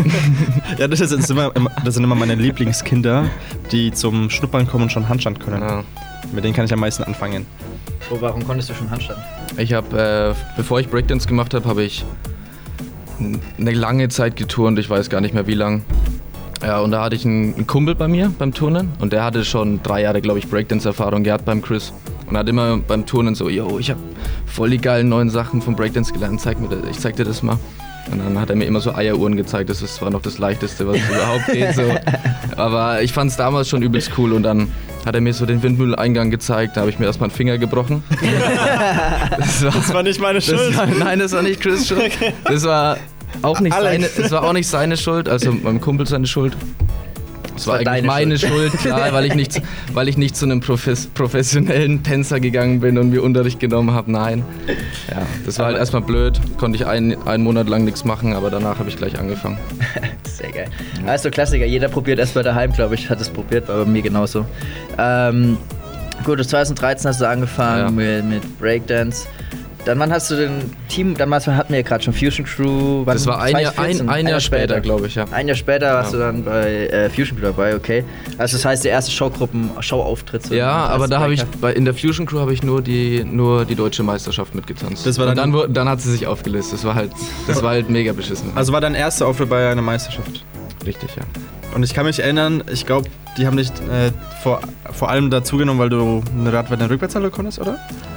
[SPEAKER 3] Ja, das, ist immer, das sind immer meine Lieblingskinder, die zum Schnuppern kommen und schon Handstand können. Ja. Mit denen kann ich am meisten anfangen.
[SPEAKER 4] Oh, warum konntest du schon Handstand?
[SPEAKER 11] Ich habe, äh, bevor ich Breakdance gemacht habe, habe ich eine lange Zeit geturnt, ich weiß gar nicht mehr wie lang. Ja, und da hatte ich einen, einen Kumpel bei mir beim Turnen und der hatte schon drei Jahre, glaube ich, Breakdance-Erfahrung gehabt beim Chris. Und hat immer beim Turnen so, yo, ich habe voll die geilen neuen Sachen vom Breakdance gelernt, zeig mir das, ich zeig dir das mal. Und dann hat er mir immer so Eieruhren gezeigt, das ist zwar noch das Leichteste, was überhaupt geht. So. Aber ich fand es damals schon übelst cool und dann hat er mir so den Windmühleneingang gezeigt, da habe ich mir erstmal einen Finger gebrochen. Das war,
[SPEAKER 3] das war nicht meine Schuld.
[SPEAKER 11] War, nein, das war nicht Chris' Schuld. Okay. Das war auch nicht seine, es war auch nicht seine Schuld, also meinem Kumpel seine Schuld. Das war, war eigentlich meine Schuld, Schuld klar, weil ich nicht, weil ich nicht zu einem Profes- professionellen Tänzer gegangen bin und mir Unterricht genommen habe. Nein. Ja, das war halt erstmal blöd. Konnte ich einen, einen Monat lang nichts machen, aber danach habe ich gleich angefangen.
[SPEAKER 4] Sehr geil. Also Klassiker, jeder probiert erstmal daheim, glaube ich, hat es probiert, war bei mir genauso. Ähm, gut, zweitausenddreizehn hast du angefangen ja. mit, mit Breakdance. Dann wann hast du den Team, damals hatten wir ja gerade schon Fusion Crew.
[SPEAKER 11] Das war ein Jahr, ein, ein, ein Jahr später, später glaube ich, ja.
[SPEAKER 4] Ein Jahr später warst ja. du dann bei äh, Fusion Crew dabei, okay. Also das heißt, der erste Showgruppen, Showauftritt. So
[SPEAKER 11] ja, aber da habe ich, bei, in der Fusion Crew habe ich nur die, nur die deutsche Meisterschaft mitgetanzt. Das war dann, Und dann, dann hat sie sich aufgelöst, das war halt, das war halt mega beschissen.
[SPEAKER 3] Also war dein erster Auftritt bei einer Meisterschaft?
[SPEAKER 11] Richtig, ja.
[SPEAKER 3] Und ich kann mich erinnern, ich glaube, die haben dich äh, vor, vor allem dazugenommen, weil du eine Radwelle Rückwärtshalle konntest, oder?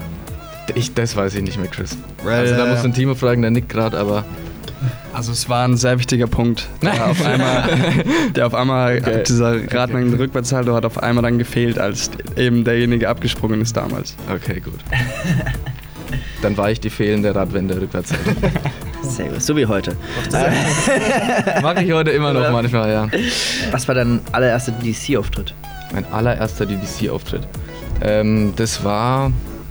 [SPEAKER 11] Ich, das weiß ich nicht mehr, Chris. Well, also da muss ein Timo fragen, der nickt gerade, aber...
[SPEAKER 12] Also es war ein sehr wichtiger Punkt. Der auf einmal, der auf einmal okay. dieser Radwelle okay. Rückwärtssalto hat auf einmal dann gefehlt, als eben derjenige abgesprungen ist damals.
[SPEAKER 11] Okay, gut. Dann war ich die fehlende Radwende Rückwärtssalto.
[SPEAKER 4] Sehr gut, so wie heute.
[SPEAKER 11] Mache ich heute immer noch manchmal, ja.
[SPEAKER 4] Was war dein allererster D D C-Auftritt?
[SPEAKER 11] Mein allererster D D C-Auftritt? Ähm, das war...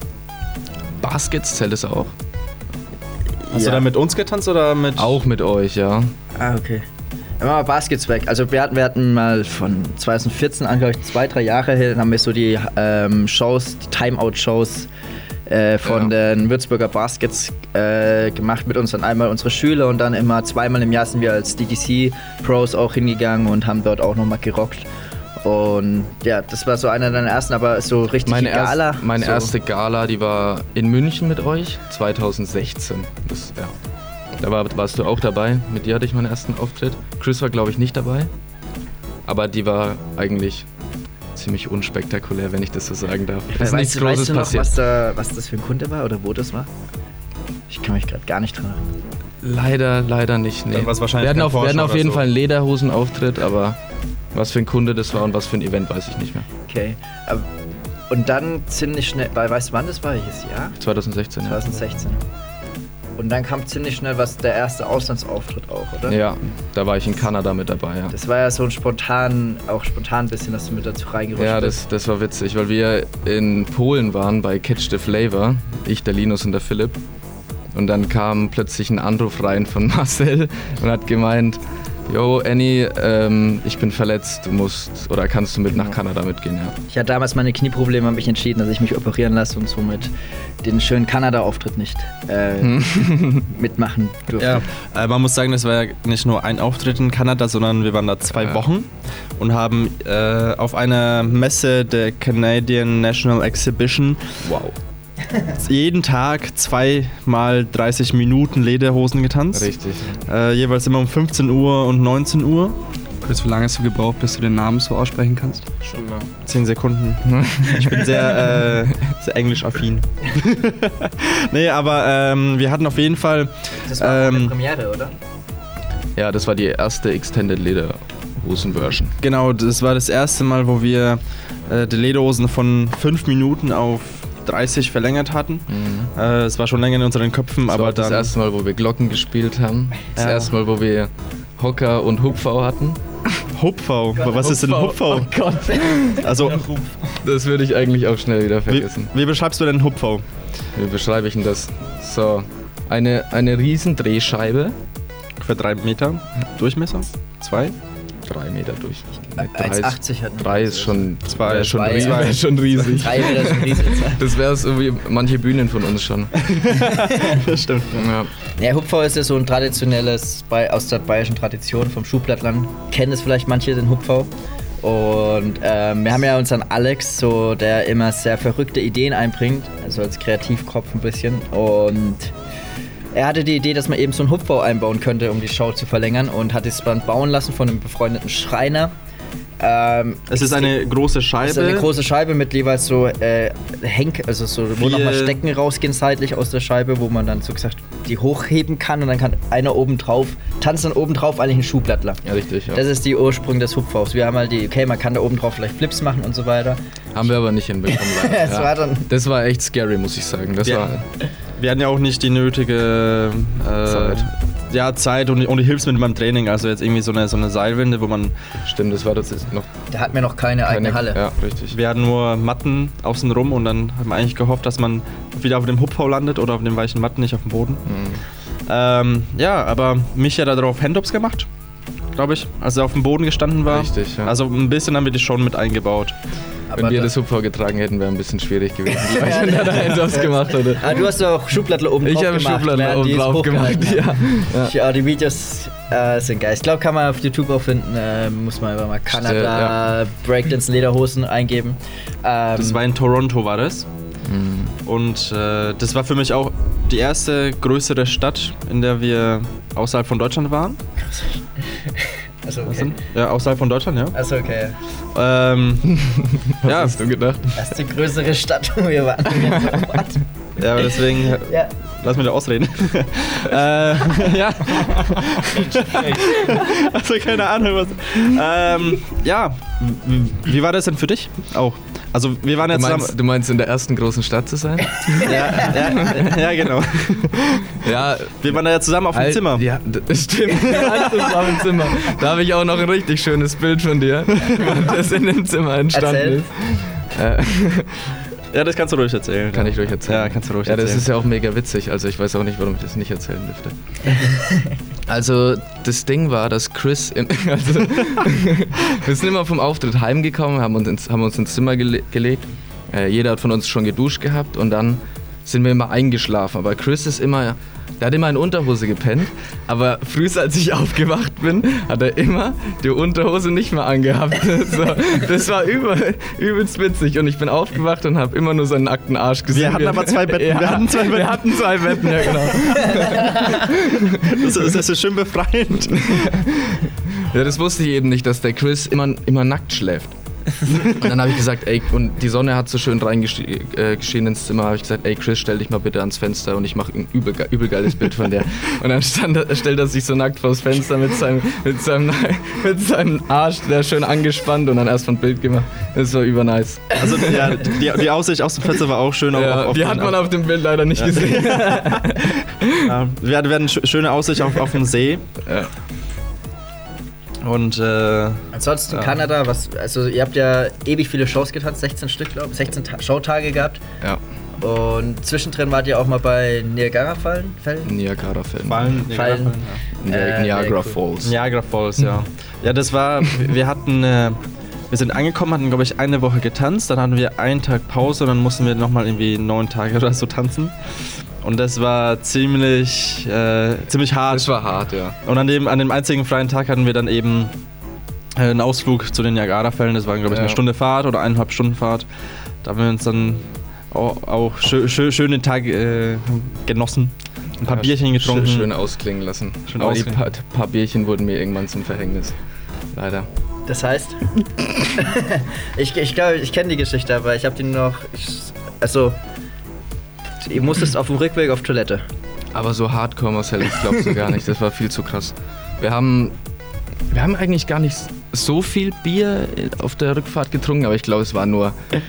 [SPEAKER 11] Baskets zählt es auch.
[SPEAKER 3] Hast ja. du da mit uns getanzt oder mit...
[SPEAKER 11] Auch mit euch, ja.
[SPEAKER 4] Ah, okay. Dann machen wir Baskets weg. Also wir hatten, wir hatten mal von zweitausendvierzehn an, glaube ich, zwei, drei Jahre her, dann haben wir so die ähm, Shows, die Timeout-Shows äh, von ja. den Würzburger Baskets äh, gemacht mit uns. Dann einmal unsere Schüler und dann immer zweimal im Jahr sind wir als D D C-Pros auch hingegangen und haben dort auch nochmal gerockt. Und ja, das war so einer deiner ersten, aber so richtig
[SPEAKER 11] meine
[SPEAKER 4] Gala.
[SPEAKER 11] Erst, meine
[SPEAKER 4] so.
[SPEAKER 11] erste Gala, die war in München mit euch, zweitausendsechzehn. Das, ja. Da war, warst du auch dabei, mit dir hatte ich meinen ersten Auftritt. Chris war, glaube ich, nicht dabei, aber die war eigentlich ziemlich unspektakulär, wenn ich das so sagen darf.
[SPEAKER 4] Es ist weißt, nichts Großes weißt du noch, passiert. Was, da, was das für ein Kunde war oder wo das war? Ich kann mich gerade gar nicht dran erinnern.
[SPEAKER 11] Leider, leider nicht, nee.
[SPEAKER 3] Dann war's wahrscheinlich
[SPEAKER 11] wir hatten auf, wir hatten auf jeden so. Fall einen Lederhosen-Auftritt, aber... Was für ein Kunde das war und was für ein Event, weiß ich nicht mehr.
[SPEAKER 4] Okay. Und dann ziemlich schnell, weil weißt du wann das war? Welches Jahr?
[SPEAKER 11] zwanzig sechzehn.
[SPEAKER 4] zwanzig sechzehn. Ja. Und dann kam ziemlich schnell was, der erste Auslandsauftritt auch, oder?
[SPEAKER 11] Ja, da war ich in Kanada mit dabei, ja.
[SPEAKER 4] Das war ja so ein spontan, auch spontan ein bisschen, dass du mit dazu reingerutscht
[SPEAKER 11] Ja,
[SPEAKER 4] bist.
[SPEAKER 11] das, das war witzig, weil wir in Polen waren bei Catch the Flavor, ich, der Linus und der Philipp. Und dann kam plötzlich ein Anruf rein von Marcel und hat gemeint, yo, Annie, ähm, ich bin verletzt, du musst oder kannst du mit nach Kanada mitgehen, ja.
[SPEAKER 4] Ich hatte damals meine Knieprobleme, habe mich entschieden, dass ich mich operieren lasse und somit den schönen Kanada-Auftritt nicht äh, mitmachen durfte.
[SPEAKER 3] Ja, äh, man muss sagen, das war ja nicht nur ein Auftritt in Kanada, sondern wir waren da zwei
[SPEAKER 11] Ja.
[SPEAKER 3] Wochen und haben äh, auf einer Messe der Canadian National Exhibition
[SPEAKER 11] Wow.
[SPEAKER 3] jeden Tag zweimal dreißig Minuten Lederhosen getanzt.
[SPEAKER 11] Richtig.
[SPEAKER 3] Äh, jeweils immer um fünfzehn Uhr und neunzehn Uhr.
[SPEAKER 12] Chris, wie lange hast du gebraucht, bis du den Namen so aussprechen kannst?
[SPEAKER 11] Schon mal.
[SPEAKER 3] Zehn Sekunden. Ich bin sehr, äh, sehr englisch-affin. Nee, aber ähm, wir hatten auf jeden Fall...
[SPEAKER 4] Das war ähm, eine
[SPEAKER 3] ähm,
[SPEAKER 4] Premiere, oder?
[SPEAKER 11] Ja, das war die erste Extended Lederhosen-Version.
[SPEAKER 3] Genau, das war das erste Mal, wo wir äh, die Lederhosen von fünf Minuten auf dreißig verlängert hatten.
[SPEAKER 11] Mhm.
[SPEAKER 3] Äh, es war schon länger in unseren Köpfen,
[SPEAKER 11] Das
[SPEAKER 3] aber
[SPEAKER 11] war auch
[SPEAKER 3] dann...
[SPEAKER 11] das erste Mal, wo wir Glocken gespielt haben. Das
[SPEAKER 3] Ja.
[SPEAKER 11] erste Mal, wo wir Hocker und Hupfau hatten.
[SPEAKER 3] Hupfau? Was ist denn Hupfau?
[SPEAKER 11] Oh Gott.
[SPEAKER 3] Also,
[SPEAKER 11] Das würde ich eigentlich auch schnell wieder
[SPEAKER 3] wie,
[SPEAKER 11] vergessen.
[SPEAKER 3] wie beschreibst du denn Hupfau?
[SPEAKER 11] Wie beschreibe ich denn das? So, eine, eine riesen Drehscheibe.
[SPEAKER 3] Für drei Meter Durchmesser? Zwei?
[SPEAKER 11] Drei Meter durch.
[SPEAKER 4] eins Komma achtzig hatten wir.
[SPEAKER 11] Drei ist schon,
[SPEAKER 3] Zwei.
[SPEAKER 11] wär schon,
[SPEAKER 4] Zwei.
[SPEAKER 11] riesig, wär schon riesig.
[SPEAKER 4] Drei Meter ist ein riesig.
[SPEAKER 11] Das wäre so wie manche Bühnen von uns schon.
[SPEAKER 3] Das stimmt.
[SPEAKER 11] Ja.
[SPEAKER 4] Ja, Hupfau ist ja so ein traditionelles, bei, aus der bayerischen Tradition vom Schuhplattland. Kennen es vielleicht manche, den Hupfau. Und ähm, wir haben ja unseren Alex, so, der immer sehr verrückte Ideen einbringt, also als Kreativkopf ein bisschen. Und er hatte die Idee, dass man eben so einen Hupfau einbauen könnte, um die Show zu verlängern, und hat das Band bauen lassen von einem befreundeten Schreiner. Ähm,
[SPEAKER 3] Es ist eine große Scheibe.
[SPEAKER 4] Es ist eine große Scheibe mit jeweils so äh, Henk, also so, wo
[SPEAKER 3] Vier-
[SPEAKER 4] nochmal Stecken rausgehen seitlich aus der Scheibe, wo man dann so gesagt die hochheben kann, und dann kann einer oben drauf, tanzt dann oben drauf eigentlich ein Schuhblattler.
[SPEAKER 11] Ja, richtig, ja.
[SPEAKER 4] Das ist die Ursprung des Hupfaus. Wir haben halt die, okay, man kann da oben drauf vielleicht Flips machen und so weiter.
[SPEAKER 11] Haben wir aber nicht hinbekommen. leider.
[SPEAKER 4] Das war dann-
[SPEAKER 11] das war echt scary, muss ich sagen. Das
[SPEAKER 3] Ja.
[SPEAKER 11] war
[SPEAKER 3] Wir hatten ja auch nicht die nötige äh,
[SPEAKER 11] Zeit.
[SPEAKER 3] Ja, Zeit und, und die Hilfsmittel beim Training. Also jetzt irgendwie so eine, so eine Seilwinde, wo man...
[SPEAKER 11] Stimmt, das war das jetzt noch...
[SPEAKER 4] Da hatten wir noch keine, eigene Halle.
[SPEAKER 11] Ja, richtig.
[SPEAKER 3] Wir hatten nur Matten außen rum und dann haben wir eigentlich gehofft, dass man wieder auf dem Hupfau landet oder auf den weichen Matten, nicht auf dem Boden.
[SPEAKER 11] Mhm.
[SPEAKER 3] Ähm, ja, aber mich hat er darauf Handops gemacht, glaube ich, als er auf dem Boden gestanden war.
[SPEAKER 11] Richtig, ja.
[SPEAKER 3] Also ein bisschen haben wir die schon mit eingebaut.
[SPEAKER 11] Wenn wir das Hupfau getragen hätten, wäre ein bisschen schwierig gewesen, glaube ich, wenn der da etwas gemacht hätte.
[SPEAKER 4] Ah, du hast doch auch Schuhblattler oben
[SPEAKER 11] Ich
[SPEAKER 4] drauf
[SPEAKER 11] habe
[SPEAKER 4] gemacht.
[SPEAKER 11] Schuhblattler
[SPEAKER 4] während
[SPEAKER 11] oben
[SPEAKER 4] die es
[SPEAKER 11] drauf
[SPEAKER 4] hochgehalten
[SPEAKER 11] gemacht,
[SPEAKER 4] haben.
[SPEAKER 11] ja. Ja.
[SPEAKER 4] Ja, die Videos äh, sind geil. Ich glaube, kann man auf YouTube auch finden. Äh, muss man einfach mal Kanada
[SPEAKER 3] ja.
[SPEAKER 4] Breakdance Lederhosen eingeben. Ähm,
[SPEAKER 3] Das war in Toronto, war das.
[SPEAKER 11] Mhm.
[SPEAKER 3] Und äh, das war für mich auch die erste größere Stadt, in der wir außerhalb von Deutschland waren.
[SPEAKER 4] Also
[SPEAKER 3] Was
[SPEAKER 4] okay.
[SPEAKER 3] denn? Ja, außerhalb von Deutschland, ja.
[SPEAKER 4] Also okay.
[SPEAKER 3] Ähm,
[SPEAKER 11] Was
[SPEAKER 3] ja,
[SPEAKER 11] hast du gedacht?
[SPEAKER 4] Das ist die größere Stadt, wo wir waren.
[SPEAKER 3] ja, aber deswegen
[SPEAKER 4] Ja.
[SPEAKER 3] lass mich da ausreden. äh, ja. Also keine Ahnung was. Ähm, ja, wie, wie war das denn für dich auch? Also wir waren ja
[SPEAKER 11] Du
[SPEAKER 3] zusammen.
[SPEAKER 11] meinst, du meinst in der ersten großen Stadt zu sein?
[SPEAKER 3] Ja, ja, ja, genau.
[SPEAKER 11] Ja.
[SPEAKER 3] Wir waren da ja zusammen auf dem
[SPEAKER 11] Al-
[SPEAKER 3] Zimmer.
[SPEAKER 11] Ja, das stimmt. Ja, zusammen im Zimmer. Da habe ich auch noch ein richtig schönes Bild von dir, das in dem Zimmer entstanden
[SPEAKER 4] Erzähl.
[SPEAKER 11] ist. Äh,
[SPEAKER 3] Ja, das kannst du ruhig erzählen.
[SPEAKER 11] Kann ich ruhig erzählen?
[SPEAKER 3] Ja, kannst du ruhig
[SPEAKER 11] Ja, das
[SPEAKER 3] erzählen.
[SPEAKER 11] ist ja auch mega witzig. Also ich weiß auch nicht, warum ich das nicht erzählen dürfte. Also das Ding war, dass Chris... Im, also, wir sind immer vom Auftritt heimgekommen, haben uns ins, haben uns ins Zimmer gele gelegt. Äh, jeder hat von uns schon geduscht gehabt und dann sind wir immer eingeschlafen. Aber Chris ist immer... Der hat immer in Unterhose gepennt, aber früh, als ich aufgewacht bin, hat er immer die Unterhose nicht mehr angehabt. So, das war übel, übelst witzig und ich bin aufgewacht und habe immer nur seinen nackten Arsch gesehen.
[SPEAKER 3] Wir hatten aber zwei Betten.
[SPEAKER 11] Ja,
[SPEAKER 3] wir hatten zwei Betten.
[SPEAKER 11] Wir hatten zwei Betten, ja genau.
[SPEAKER 3] Das ist, das ist schön befreiend.
[SPEAKER 11] Ja, das wusste ich eben nicht, dass der Chris immer, immer nackt schläft. Und dann habe ich gesagt, ey, und die Sonne hat so schön reingeschienen äh, ins Zimmer, habe ich gesagt, ey Chris, stell dich mal bitte ans Fenster und ich mache ein übel, übel geiles Bild von der. Und dann stand, stellt er sich so nackt vors Fenster mit seinem, mit seinem, mit seinem Arsch, der schön angespannt und dann erst ein Bild gemacht. Das war übernice.
[SPEAKER 3] Also ja, die, die Aussicht aus dem Fenster war auch schön.
[SPEAKER 11] Ja,
[SPEAKER 3] auf, auf
[SPEAKER 11] die hat man auf dem Bild leider nicht ja. gesehen.
[SPEAKER 3] Ja, wir hatten sch- schöne Aussicht auf, auf den See.
[SPEAKER 11] Ja.
[SPEAKER 3] Und äh,
[SPEAKER 4] ansonsten
[SPEAKER 3] ja.
[SPEAKER 4] Kanada, was, also ihr habt ja ewig viele Shows getanzt, sechzehn Stück, glaube ich, sechzehn Ta- Showtage gehabt.
[SPEAKER 11] Ja.
[SPEAKER 4] Und zwischendrin wart ihr auch mal bei Niagara-Fallen?
[SPEAKER 11] Niagara-Fallen.
[SPEAKER 3] Fallen,
[SPEAKER 4] Fallen.
[SPEAKER 11] Niagara,
[SPEAKER 4] Äh,
[SPEAKER 11] Niagara
[SPEAKER 4] cool.
[SPEAKER 11] Falls.
[SPEAKER 3] Niagara Falls, ja. Ja, das war, wir hatten, äh, wir sind angekommen, hatten glaube ich eine Woche getanzt, dann hatten wir einen Tag Pause und dann mussten wir nochmal irgendwie neun Tage oder so tanzen. Und das war ziemlich, äh, ziemlich hart.
[SPEAKER 11] Das war hart, ja.
[SPEAKER 3] Und an dem, an dem einzigen freien Tag hatten wir dann eben äh, einen Ausflug zu den Niagara-Fällen. Das war, glaube ich,
[SPEAKER 11] Ja.
[SPEAKER 3] eine Stunde Fahrt oder eineinhalb Stunden Fahrt. Da haben wir uns dann auch, auch schö- schö- schöne Tage äh, genossen. Ein paar
[SPEAKER 11] Ja,
[SPEAKER 3] Bierchen getrunken.
[SPEAKER 11] Schön, schön ausklingen lassen.
[SPEAKER 3] Schön
[SPEAKER 11] Aber
[SPEAKER 3] ausklingen.
[SPEAKER 11] die paar, paar Bierchen wurden mir irgendwann zum Verhängnis. Leider.
[SPEAKER 4] Das heißt? ich ich glaube, ich kenne die Geschichte, aber ich habe die noch. Ich, also, ihr musstet auf dem Rückweg auf Toilette.
[SPEAKER 11] Aber so hardcore, Marcel, ich glaube so gar nicht. Das war viel zu krass. Wir haben, wir haben eigentlich gar nicht so viel Bier auf der Rückfahrt getrunken, aber ich glaube, es waren nur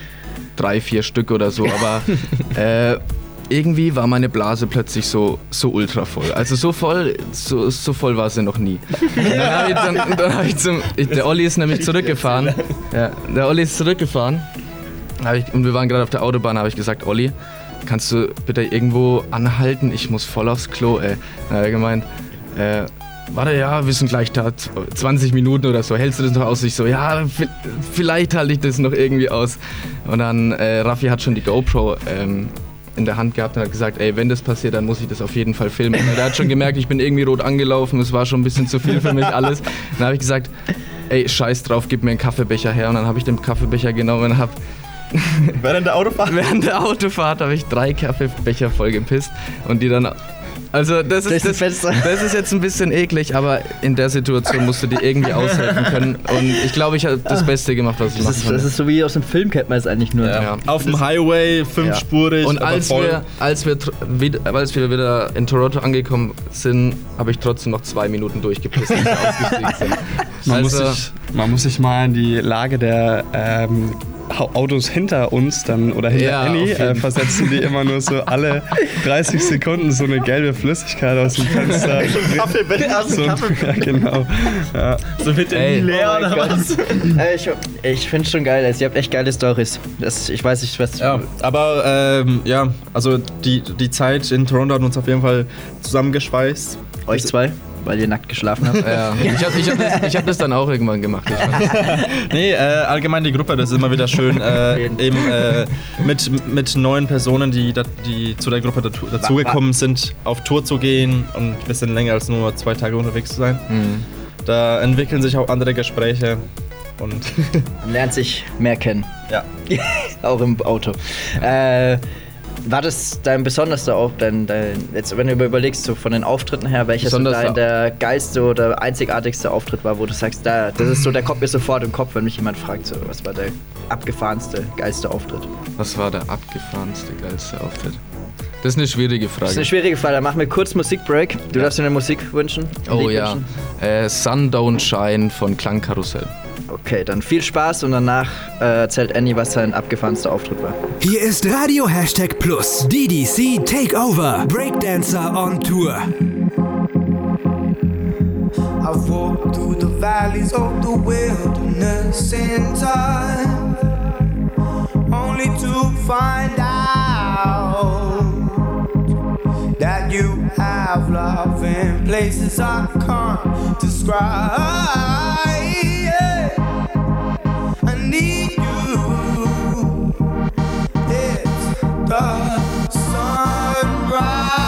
[SPEAKER 11] drei, vier Stück oder so. Aber äh, irgendwie war meine Blase plötzlich so, so ultra voll. Also so voll, so, so voll war sie noch nie. Dann hab ich, dann, dann hab ich zum, ich, der Olli ist nämlich zurückgefahren. Ja, der Olli ist zurückgefahren. Hab ich, und wir waren gerade auf der Autobahn, habe ich gesagt, Olli, kannst du bitte irgendwo anhalten? Ich muss voll aufs Klo, ey. Dann hat er gemeint, äh, warte, ja, wir sind gleich da, zwanzig Minuten oder so, hältst du das noch aus? Ich so, ja, v- vielleicht halte ich das noch irgendwie aus. Und dann, äh, Raffi hat schon die GoPro ähm, in der Hand gehabt und hat gesagt, ey, wenn das passiert, dann muss ich das auf jeden Fall filmen. Weil der hat schon gemerkt, ich bin irgendwie rot angelaufen, es war schon ein bisschen zu viel für mich alles. Dann habe ich gesagt, ey, scheiß drauf, gib mir einen Kaffeebecher her. Und dann habe ich den Kaffeebecher genommen und habe
[SPEAKER 3] Während der Autofahrt?
[SPEAKER 11] Während der Autofahrt habe ich drei Kaffeebecher voll gepisst und die dann. Also das ist, das, das ist jetzt ein bisschen eklig, aber in der Situation musst du dir irgendwie aushelfen können. Und ich glaube, ich habe das Beste gemacht, was ich
[SPEAKER 4] Das
[SPEAKER 11] machen
[SPEAKER 4] ist,
[SPEAKER 11] konnte.
[SPEAKER 4] das ist so wie aus dem Film, kennt man es eigentlich nur.
[SPEAKER 11] Ja.
[SPEAKER 3] Auf dem Highway, fünfspurig,
[SPEAKER 11] Und
[SPEAKER 3] aber
[SPEAKER 11] als
[SPEAKER 3] voll.
[SPEAKER 11] wir, als, wir, tr- wieder- als wir wieder in Toronto angekommen sind, habe ich trotzdem noch zwei Minuten durchgepisst, als wir ausgestiegen sind.
[SPEAKER 12] Man,
[SPEAKER 11] Also-
[SPEAKER 12] muss sich, man muss sich mal in die Lage der ähm, Au- Autos hinter uns dann oder hinter
[SPEAKER 11] Ja,
[SPEAKER 12] Annie
[SPEAKER 11] auf jeden
[SPEAKER 12] äh, versetzen, die immer nur so alle dreißig Sekunden so eine gelbe Flüssigkeit aus dem Fenster.
[SPEAKER 4] Kaffeebecher aus dem
[SPEAKER 12] so,
[SPEAKER 4] Kaffeebecher.
[SPEAKER 12] Ja, genau. Ja.
[SPEAKER 3] So wird der
[SPEAKER 4] Ey,
[SPEAKER 3] nie leer
[SPEAKER 4] oh mein
[SPEAKER 3] oder
[SPEAKER 4] Gott.
[SPEAKER 3] was?
[SPEAKER 4] Äh, ich ich finde es schon geil, also ihr habt echt geile Storys. Das, ich weiß nicht, was.
[SPEAKER 3] Ja, aber ähm, ja, also die, die Zeit in Toronto hat uns auf jeden Fall zusammengeschweißt.
[SPEAKER 4] Euch zwei, weil ihr nackt geschlafen habt.
[SPEAKER 11] Ja. Ich habe ich hab das, ich hab das dann auch irgendwann gemacht. Ich fand-
[SPEAKER 3] Nee, äh, allgemein die Gruppe, das ist immer wieder schön, äh, eben äh, mit, mit neuen Personen, die, dat, die zu der Gruppe datu- dazugekommen sind, auf Tour zu gehen und ein bisschen länger als nur zwei Tage unterwegs zu sein.
[SPEAKER 11] Mhm.
[SPEAKER 3] Da entwickeln sich auch andere Gespräche und
[SPEAKER 4] Man lernt sich mehr kennen.
[SPEAKER 3] ja.
[SPEAKER 4] Auch im Auto. Äh, war das dein besonderster Auftritt, dein, dein, jetzt wenn du überlegst, so von den Auftritten her, welcher so
[SPEAKER 11] Besonderster-
[SPEAKER 4] dein der geilste oder einzigartigste Auftritt war, wo du sagst, da, das ist so, der kommt mir sofort im Kopf, wenn mich jemand fragt, so, was war der abgefahrenste, geilste Auftritt?
[SPEAKER 11] Was war der abgefahrenste, geilste Auftritt? Das ist eine schwierige Frage.
[SPEAKER 4] Das ist eine schwierige Frage, dann machen wir kurz Musikbreak. Du darfst dir eine Musik wünschen.
[SPEAKER 11] Oh
[SPEAKER 4] Lied
[SPEAKER 11] ja,
[SPEAKER 4] wünschen.
[SPEAKER 11] äh, Sun Don't Shine von Klangkarussell.
[SPEAKER 4] Okay, dann viel Spaß und danach äh, erzählt Annie, was sein abgefahrenster Auftritt war.
[SPEAKER 2] Hier ist Radio Hashtag Plus, D D C Takeover, Breakdancer on Tour.
[SPEAKER 14] I've walked through the valleys of the wilderness in time, only to find out that you have love in places I can't describe. Yeah. I need you. It's the sunrise.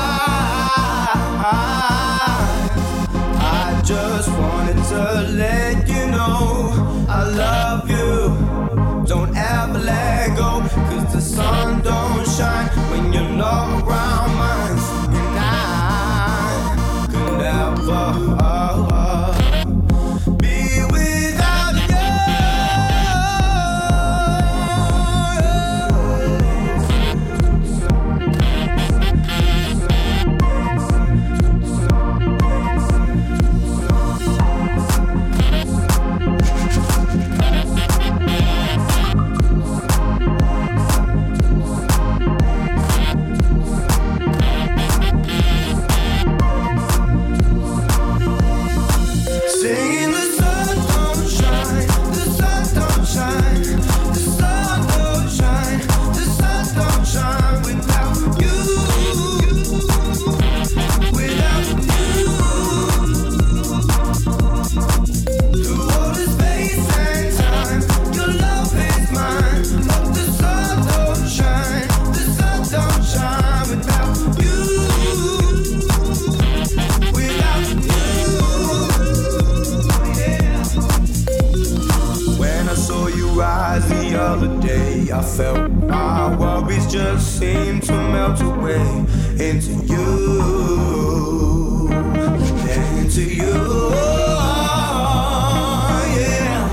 [SPEAKER 14] I just wanted to let you know I love you. Don't ever let go, 'cause the sun don't shine when you're not around mine. And I could never uh, uh, be without you. just seem to melt away into you, into you. Yeah.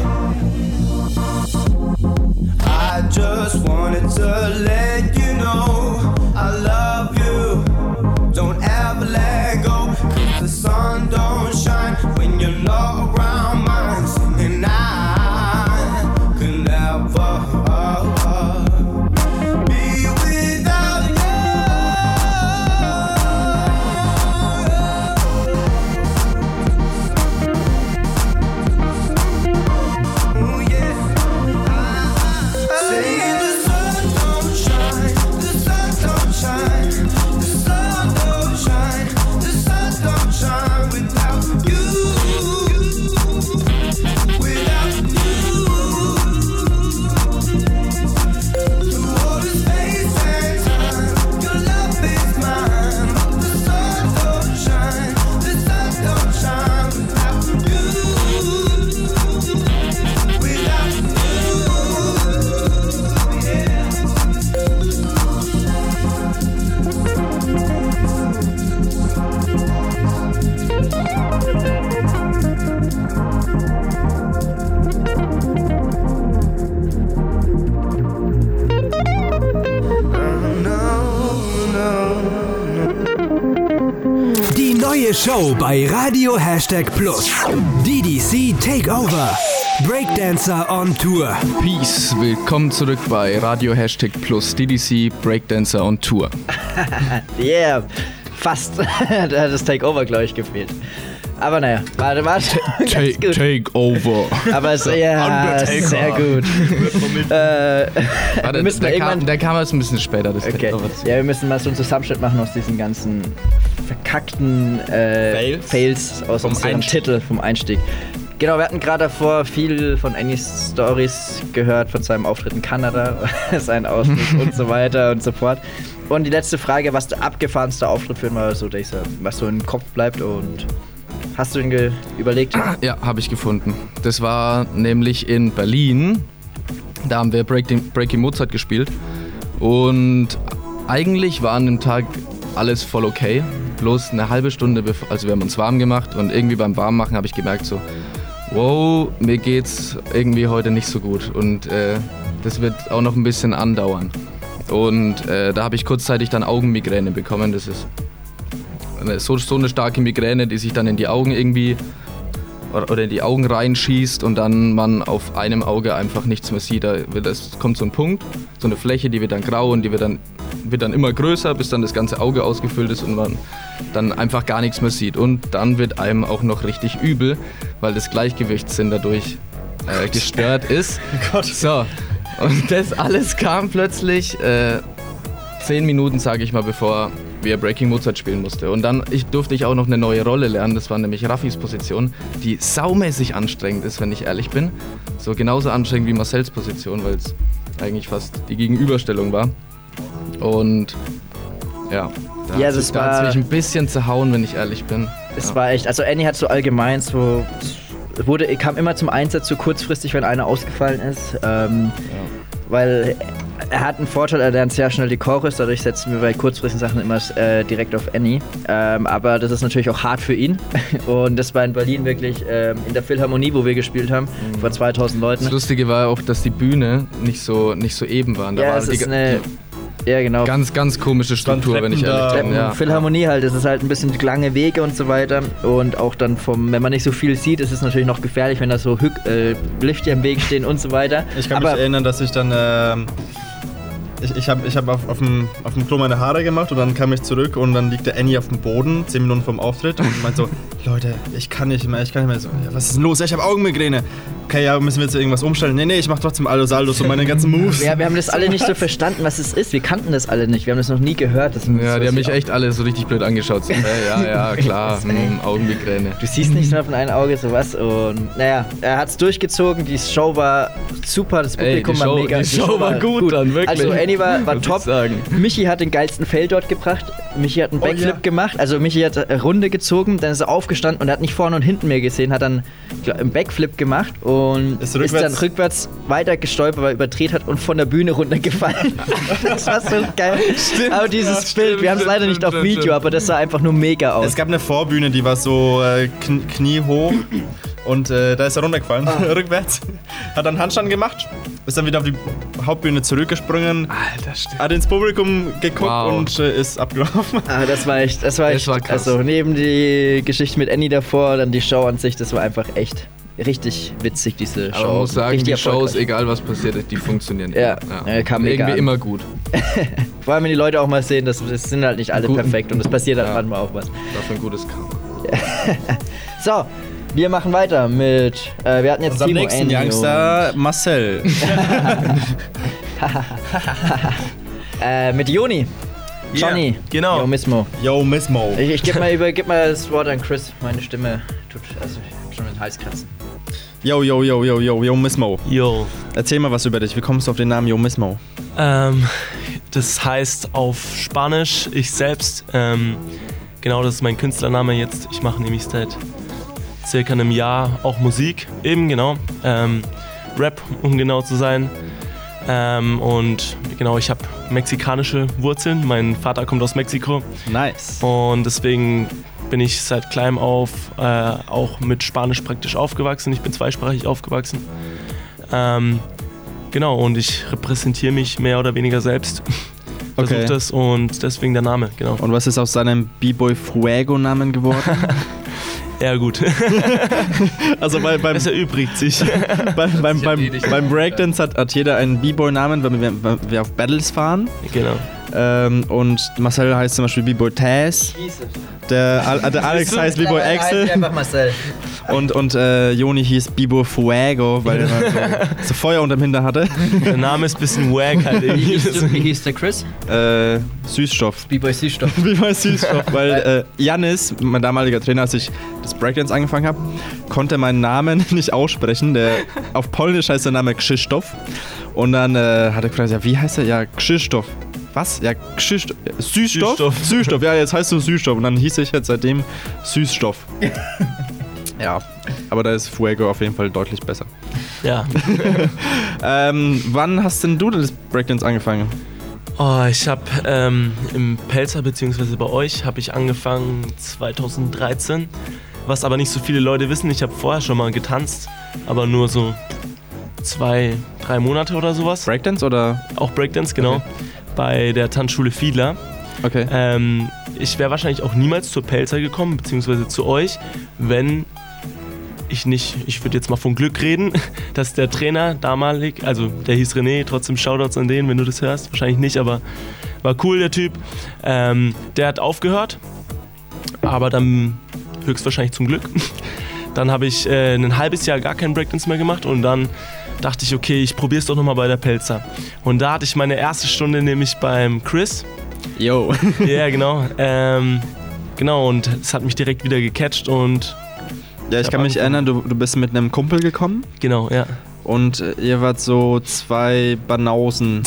[SPEAKER 14] I just wanted to let you know I love you. Don't ever let go, 'cause the sun don't shine when you're not around mine. And I could never be without you. Ooh, yeah. Say the sun don't shine, the sun don't shine, the sun don't shine, the sun don't shine without you. Without you. Through all the space and time, your love is mine. The sun don't shine, the sun don't shine without you. Without you.
[SPEAKER 2] Die neue Show bei Radio Hashtag Plus. D D C Takeover. Breakdancer on Tour.
[SPEAKER 11] Peace, willkommen zurück bei Radio Hashtag Plus D D C Breakdancer on Tour.
[SPEAKER 4] Yeah, fast. Da hat das Takeover, glaube ich, gefehlt. Aber naja, warte, warte.
[SPEAKER 11] Take, take over.
[SPEAKER 4] Aber es, ja, sehr gut. äh,
[SPEAKER 11] Warte,
[SPEAKER 4] wir müssen
[SPEAKER 11] der,
[SPEAKER 4] irgendwann,
[SPEAKER 11] kam, der kam jetzt ein bisschen später, das
[SPEAKER 4] okay.
[SPEAKER 11] Takeover.
[SPEAKER 4] Ja, wir müssen mal so einen Zusammenschnitt machen aus diesen ganzen verkackten äh,
[SPEAKER 3] Fails?
[SPEAKER 4] Fails aus
[SPEAKER 3] Vom
[SPEAKER 4] unserem
[SPEAKER 3] Einstieg.
[SPEAKER 4] Titel, vom Einstieg. Genau, wir hatten gerade davor viel von Annys Stories gehört, von seinem Auftritt in Kanada, seinen Ausflug und so weiter und so fort. Und die letzte Frage, was der abgefahrenste Auftritt für ihn war, so, dieser, was so im Kopf bleibt, und hast du ihn ge- überlegt?
[SPEAKER 11] Ja, habe ich gefunden. Das war nämlich in Berlin. Da haben wir Breaking, Breaking Mozart gespielt. Und eigentlich war an dem Tag alles voll okay. Bloß eine halbe Stunde, bevor, also wir haben uns warm gemacht, und irgendwie beim Warmmachen habe ich gemerkt so, wow, mir geht's irgendwie heute nicht so gut, und äh, das wird auch noch ein bisschen andauern. Und äh, da habe ich kurzzeitig dann Augenmigräne bekommen. Das ist eine, so, so eine starke Migräne, die sich dann in die Augen irgendwie oder in die Augen reinschießt und dann man auf einem Auge einfach nichts mehr sieht. Da wird es kommt so ein Punkt, so eine Fläche, die wird dann grau und die wird dann, wird dann immer größer, bis dann das ganze Auge ausgefüllt ist und man dann einfach gar nichts mehr sieht. Und dann wird einem auch noch richtig übel, weil das Gleichgewichtssinn dadurch äh, gestört ist.
[SPEAKER 3] Oh Gott.
[SPEAKER 11] So, und das alles kam plötzlich äh, zehn Minuten, sage ich mal, bevor wir Breaking Mozart spielen musste. Und dann ich, durfte ich auch noch eine neue Rolle lernen, das war nämlich Raffis Position, die saumäßig anstrengend ist, wenn ich ehrlich bin. So genauso anstrengend wie Marcells Position, weil es eigentlich fast die Gegenüberstellung war. Und ja, da
[SPEAKER 4] Ja,
[SPEAKER 11] hat
[SPEAKER 4] das
[SPEAKER 11] sich, da
[SPEAKER 4] war-
[SPEAKER 11] hat's mich ein bisschen zerhauen, wenn ich ehrlich bin.
[SPEAKER 4] Es
[SPEAKER 11] ja.
[SPEAKER 4] war echt, also Annie hat so allgemein so, wurde, kam immer zum Einsatz so kurzfristig, wenn einer ausgefallen ist. Ähm, Weil er hat einen Vorteil, er lernt sehr schnell die Chorus, dadurch setzen wir bei kurzfristigen Sachen immer äh, direkt auf Annie. Ähm, aber das ist natürlich auch hart für ihn. Und das war in Berlin wirklich ähm, in der Philharmonie, wo wir gespielt haben,
[SPEAKER 11] Mhm.
[SPEAKER 4] vor zweitausend Leuten.
[SPEAKER 11] Das Lustige war auch, dass die Bühne nicht so, nicht so eben war. Da
[SPEAKER 4] Ja,
[SPEAKER 11] war
[SPEAKER 4] es
[SPEAKER 11] die,
[SPEAKER 4] ist eine-
[SPEAKER 11] die
[SPEAKER 4] Ja, genau.
[SPEAKER 11] ganz, ganz komische Struktur, wenn ich ehrlich bin. Ja.
[SPEAKER 4] Philharmonie halt, das ist halt ein bisschen lange Wege und so weiter. Und auch dann vom, wenn man nicht so viel sieht, ist es natürlich noch gefährlich, wenn da so Hück, äh, Lifte im Weg stehen und so weiter.
[SPEAKER 3] Ich kann
[SPEAKER 4] Aber
[SPEAKER 3] mich erinnern, dass ich dann, ähm, ich, ich habe ich hab auf, auf, dem, auf dem Klo meine Haare gemacht und dann kam ich zurück und dann liegt der Annie auf dem Boden, zehn Minuten vorm Auftritt, und meint so, Leute, ich kann nicht mehr, ich kann nicht mehr. So, ja, was ist denn los? Ja, ich habe Augenmigräne. Okay, ja, müssen wir jetzt irgendwas umstellen? Nee, nee, ich mach trotzdem Aldo Saldo, so meine ganzen Moves.
[SPEAKER 4] Ja, wir haben das alle nicht so verstanden, was es ist. Wir kannten das alle nicht. Wir haben das noch nie gehört. Das
[SPEAKER 11] Ja, die haben mich echt alle so richtig blöd angeschaut. So, ja, ja, ja, klar, hm, Augenmigräne.
[SPEAKER 4] Du siehst nicht nur von einem Auge sowas. Und naja, er hat's durchgezogen. Die Show war super. Das
[SPEAKER 11] Ey,
[SPEAKER 4] Publikum
[SPEAKER 11] die
[SPEAKER 4] war
[SPEAKER 11] Show-
[SPEAKER 4] mega.
[SPEAKER 11] die Show war gut dann, wirklich.
[SPEAKER 4] Also Annie war, war
[SPEAKER 11] Muss ich
[SPEAKER 4] top.
[SPEAKER 11] sagen.
[SPEAKER 4] Michi hat den geilsten Fail dort gebracht. Michi hat einen
[SPEAKER 3] Oh,
[SPEAKER 4] Backflip
[SPEAKER 3] ja.
[SPEAKER 4] gemacht, also Michi hat eine Runde gezogen, dann ist er aufgestanden und er hat nicht vorne und hinten mehr gesehen, hat dann glaub, einen Backflip gemacht und
[SPEAKER 3] Ist
[SPEAKER 4] ist,
[SPEAKER 3] rückwärts-
[SPEAKER 4] dann rückwärts weiter gestolpert, weil er überdreht hat und von der Bühne runtergefallen. Das war so geil.
[SPEAKER 3] Stimmt,
[SPEAKER 4] aber dieses
[SPEAKER 3] ja,
[SPEAKER 4] Bild,
[SPEAKER 3] stimmt,
[SPEAKER 4] wir haben es
[SPEAKER 3] stimmt,
[SPEAKER 4] leider nicht
[SPEAKER 3] stimmt,
[SPEAKER 4] auf Video,
[SPEAKER 3] stimmt.
[SPEAKER 4] aber das sah einfach nur mega aus.
[SPEAKER 3] Es gab eine Vorbühne, die war so äh, kn kniehoch und äh, da ist er runtergefallen, rückwärts. Hat dann Handstand gemacht, ist dann wieder auf die Hauptbühne zurückgesprungen,
[SPEAKER 11] Alter, stimmt.
[SPEAKER 3] hat ins Publikum geguckt
[SPEAKER 11] Wow.
[SPEAKER 3] und äh, ist abgelaufen.
[SPEAKER 4] Ah, das war echt, das war
[SPEAKER 11] Das
[SPEAKER 4] echt,
[SPEAKER 11] war krass.
[SPEAKER 4] also neben die Geschichte mit Annie davor, dann die Show an sich, das war einfach echt richtig witzig, diese Show.
[SPEAKER 11] Aber man muss sagen,
[SPEAKER 4] richtig
[SPEAKER 11] die Shows,
[SPEAKER 4] erfolgreich.
[SPEAKER 11] egal was passiert, die funktionieren.
[SPEAKER 4] Ja,
[SPEAKER 11] immer.
[SPEAKER 4] äh, kam
[SPEAKER 11] Und
[SPEAKER 4] mega
[SPEAKER 11] irgendwie
[SPEAKER 4] an.
[SPEAKER 11] immer gut.
[SPEAKER 4] Vor allem, wenn die Leute auch mal sehen, das, das sind halt nicht alle
[SPEAKER 11] Guten-
[SPEAKER 4] perfekt und es passiert halt
[SPEAKER 11] Ja.
[SPEAKER 4] manchmal auch was.
[SPEAKER 11] Dafür ein gutes Karma.
[SPEAKER 4] So, wir machen weiter mit, äh, wir hatten jetzt
[SPEAKER 3] Unserem
[SPEAKER 4] Timo,
[SPEAKER 3] nächsten
[SPEAKER 4] Annie
[SPEAKER 3] Youngster, Marcel.
[SPEAKER 4] äh, mit Joni. Johnny.
[SPEAKER 5] Ja, genau.
[SPEAKER 4] Yo, Mismo.
[SPEAKER 3] Yo, Mismo.
[SPEAKER 4] Ich, ich gebe mal, über, geb mal das Wort an Chris. Meine Stimme tut, also ich hab schon den Hals kratzen.
[SPEAKER 3] Yo, yo, yo, yo, yo, yo, Mismo.
[SPEAKER 5] Yo.
[SPEAKER 3] Erzähl mal was über dich. Wie kommst du auf den Namen Yo, Mismo?
[SPEAKER 5] Ähm, das heißt auf Spanisch ich selbst. Ähm, genau, das ist mein Künstlername jetzt. Ich mache nämlich seit circa einem Jahr auch Musik. Eben, genau. Ähm, Rap, um genau zu sein. Ähm, und genau, ich habe mexikanische Wurzeln. Mein Vater kommt aus Mexiko.
[SPEAKER 3] Nice.
[SPEAKER 5] Und deswegen bin ich seit klein auf äh, auch mit Spanisch praktisch aufgewachsen. Ich bin zweisprachig aufgewachsen. Ähm, genau, und ich repräsentiere mich mehr oder weniger selbst. Versuch
[SPEAKER 3] Okay.
[SPEAKER 5] das und deswegen der Name, genau.
[SPEAKER 3] Und was ist aus seinem B-Boy Fuego-Namen geworden?
[SPEAKER 5] Ja, gut.
[SPEAKER 3] Also bei, beim,
[SPEAKER 5] Es erübrigt sich.
[SPEAKER 3] beim, beim, beim, beim Breakdance hat, hat jeder einen B-Boy-Namen, wenn wir, wenn wir auf Battles fahren.
[SPEAKER 5] Genau.
[SPEAKER 3] Ähm, und Marcel heißt zum Beispiel B-Boy Taz. Der, Al- der Alex heißt B-Boy Axel.
[SPEAKER 4] Einfach Marcel.
[SPEAKER 3] Und, und äh, Joni hieß B-Boy Fuego, weil er so, so Feuer unterm Hintern hatte.
[SPEAKER 5] Der Name ist ein bisschen wack halt
[SPEAKER 4] Wie
[SPEAKER 5] irgendwie.
[SPEAKER 4] hieß, du, wie hieß der Chris?
[SPEAKER 3] Äh, Süßstoff.
[SPEAKER 4] B-Boy Süßstoff.
[SPEAKER 3] B-Boy Süßstoff, weil äh, Jannis, mein damaliger Trainer, als ich das Breakdance angefangen habe, konnte meinen Namen nicht aussprechen. Der, auf Polnisch heißt der Name Krzysztof. Und dann äh, hat er gefragt, ja, wie heißt er? Ja, Krzysztof. Was? Ja, Krzysztof. Süßstoff?
[SPEAKER 5] Süßstoff.
[SPEAKER 3] Süßstoff, ja, jetzt heißt du Süßstoff. Und dann hieß ich jetzt seitdem Süßstoff. Ja, aber da ist Fuego auf jeden Fall deutlich besser.
[SPEAKER 5] Ja.
[SPEAKER 3] ähm, wann hast denn du das Breakdance angefangen?
[SPEAKER 5] Oh, ich habe ähm, im Pelzer beziehungsweise bei euch habe ich angefangen zweitausenddreizehn. Was aber nicht so viele Leute wissen, ich habe vorher schon mal getanzt, aber nur so zwei, drei Monate oder sowas.
[SPEAKER 3] Breakdance oder?
[SPEAKER 5] Auch Breakdance, genau.
[SPEAKER 3] Okay.
[SPEAKER 5] Bei der Tanzschule Fiedler.
[SPEAKER 3] Okay.
[SPEAKER 5] Ähm, ich wäre wahrscheinlich auch niemals zur Pelzer gekommen, beziehungsweise zu euch, wenn ich nicht, ich würde jetzt mal von Glück reden, dass der Trainer damalig, also der hieß René, trotzdem Shoutouts an den, wenn du das hörst, wahrscheinlich nicht, aber war cool, der Typ. Ähm, der hat aufgehört, aber dann höchstwahrscheinlich zum Glück. Dann habe ich äh, ein halbes Jahr gar keinen Breakdance mehr gemacht und dann dachte ich, okay, ich probiere es doch nochmal bei der Pelzer. Und da hatte ich meine erste Stunde nämlich beim Chris.
[SPEAKER 3] Yo.
[SPEAKER 5] Ja, genau. Ähm, genau, und es hat mich direkt wieder gecatcht und...
[SPEAKER 3] Ja, ich
[SPEAKER 5] hab
[SPEAKER 3] kann mich
[SPEAKER 5] angefangen.
[SPEAKER 3] erinnern, du, du bist mit einem Kumpel gekommen.
[SPEAKER 5] Genau, ja.
[SPEAKER 3] Und äh, ihr wart so zwei Banausen.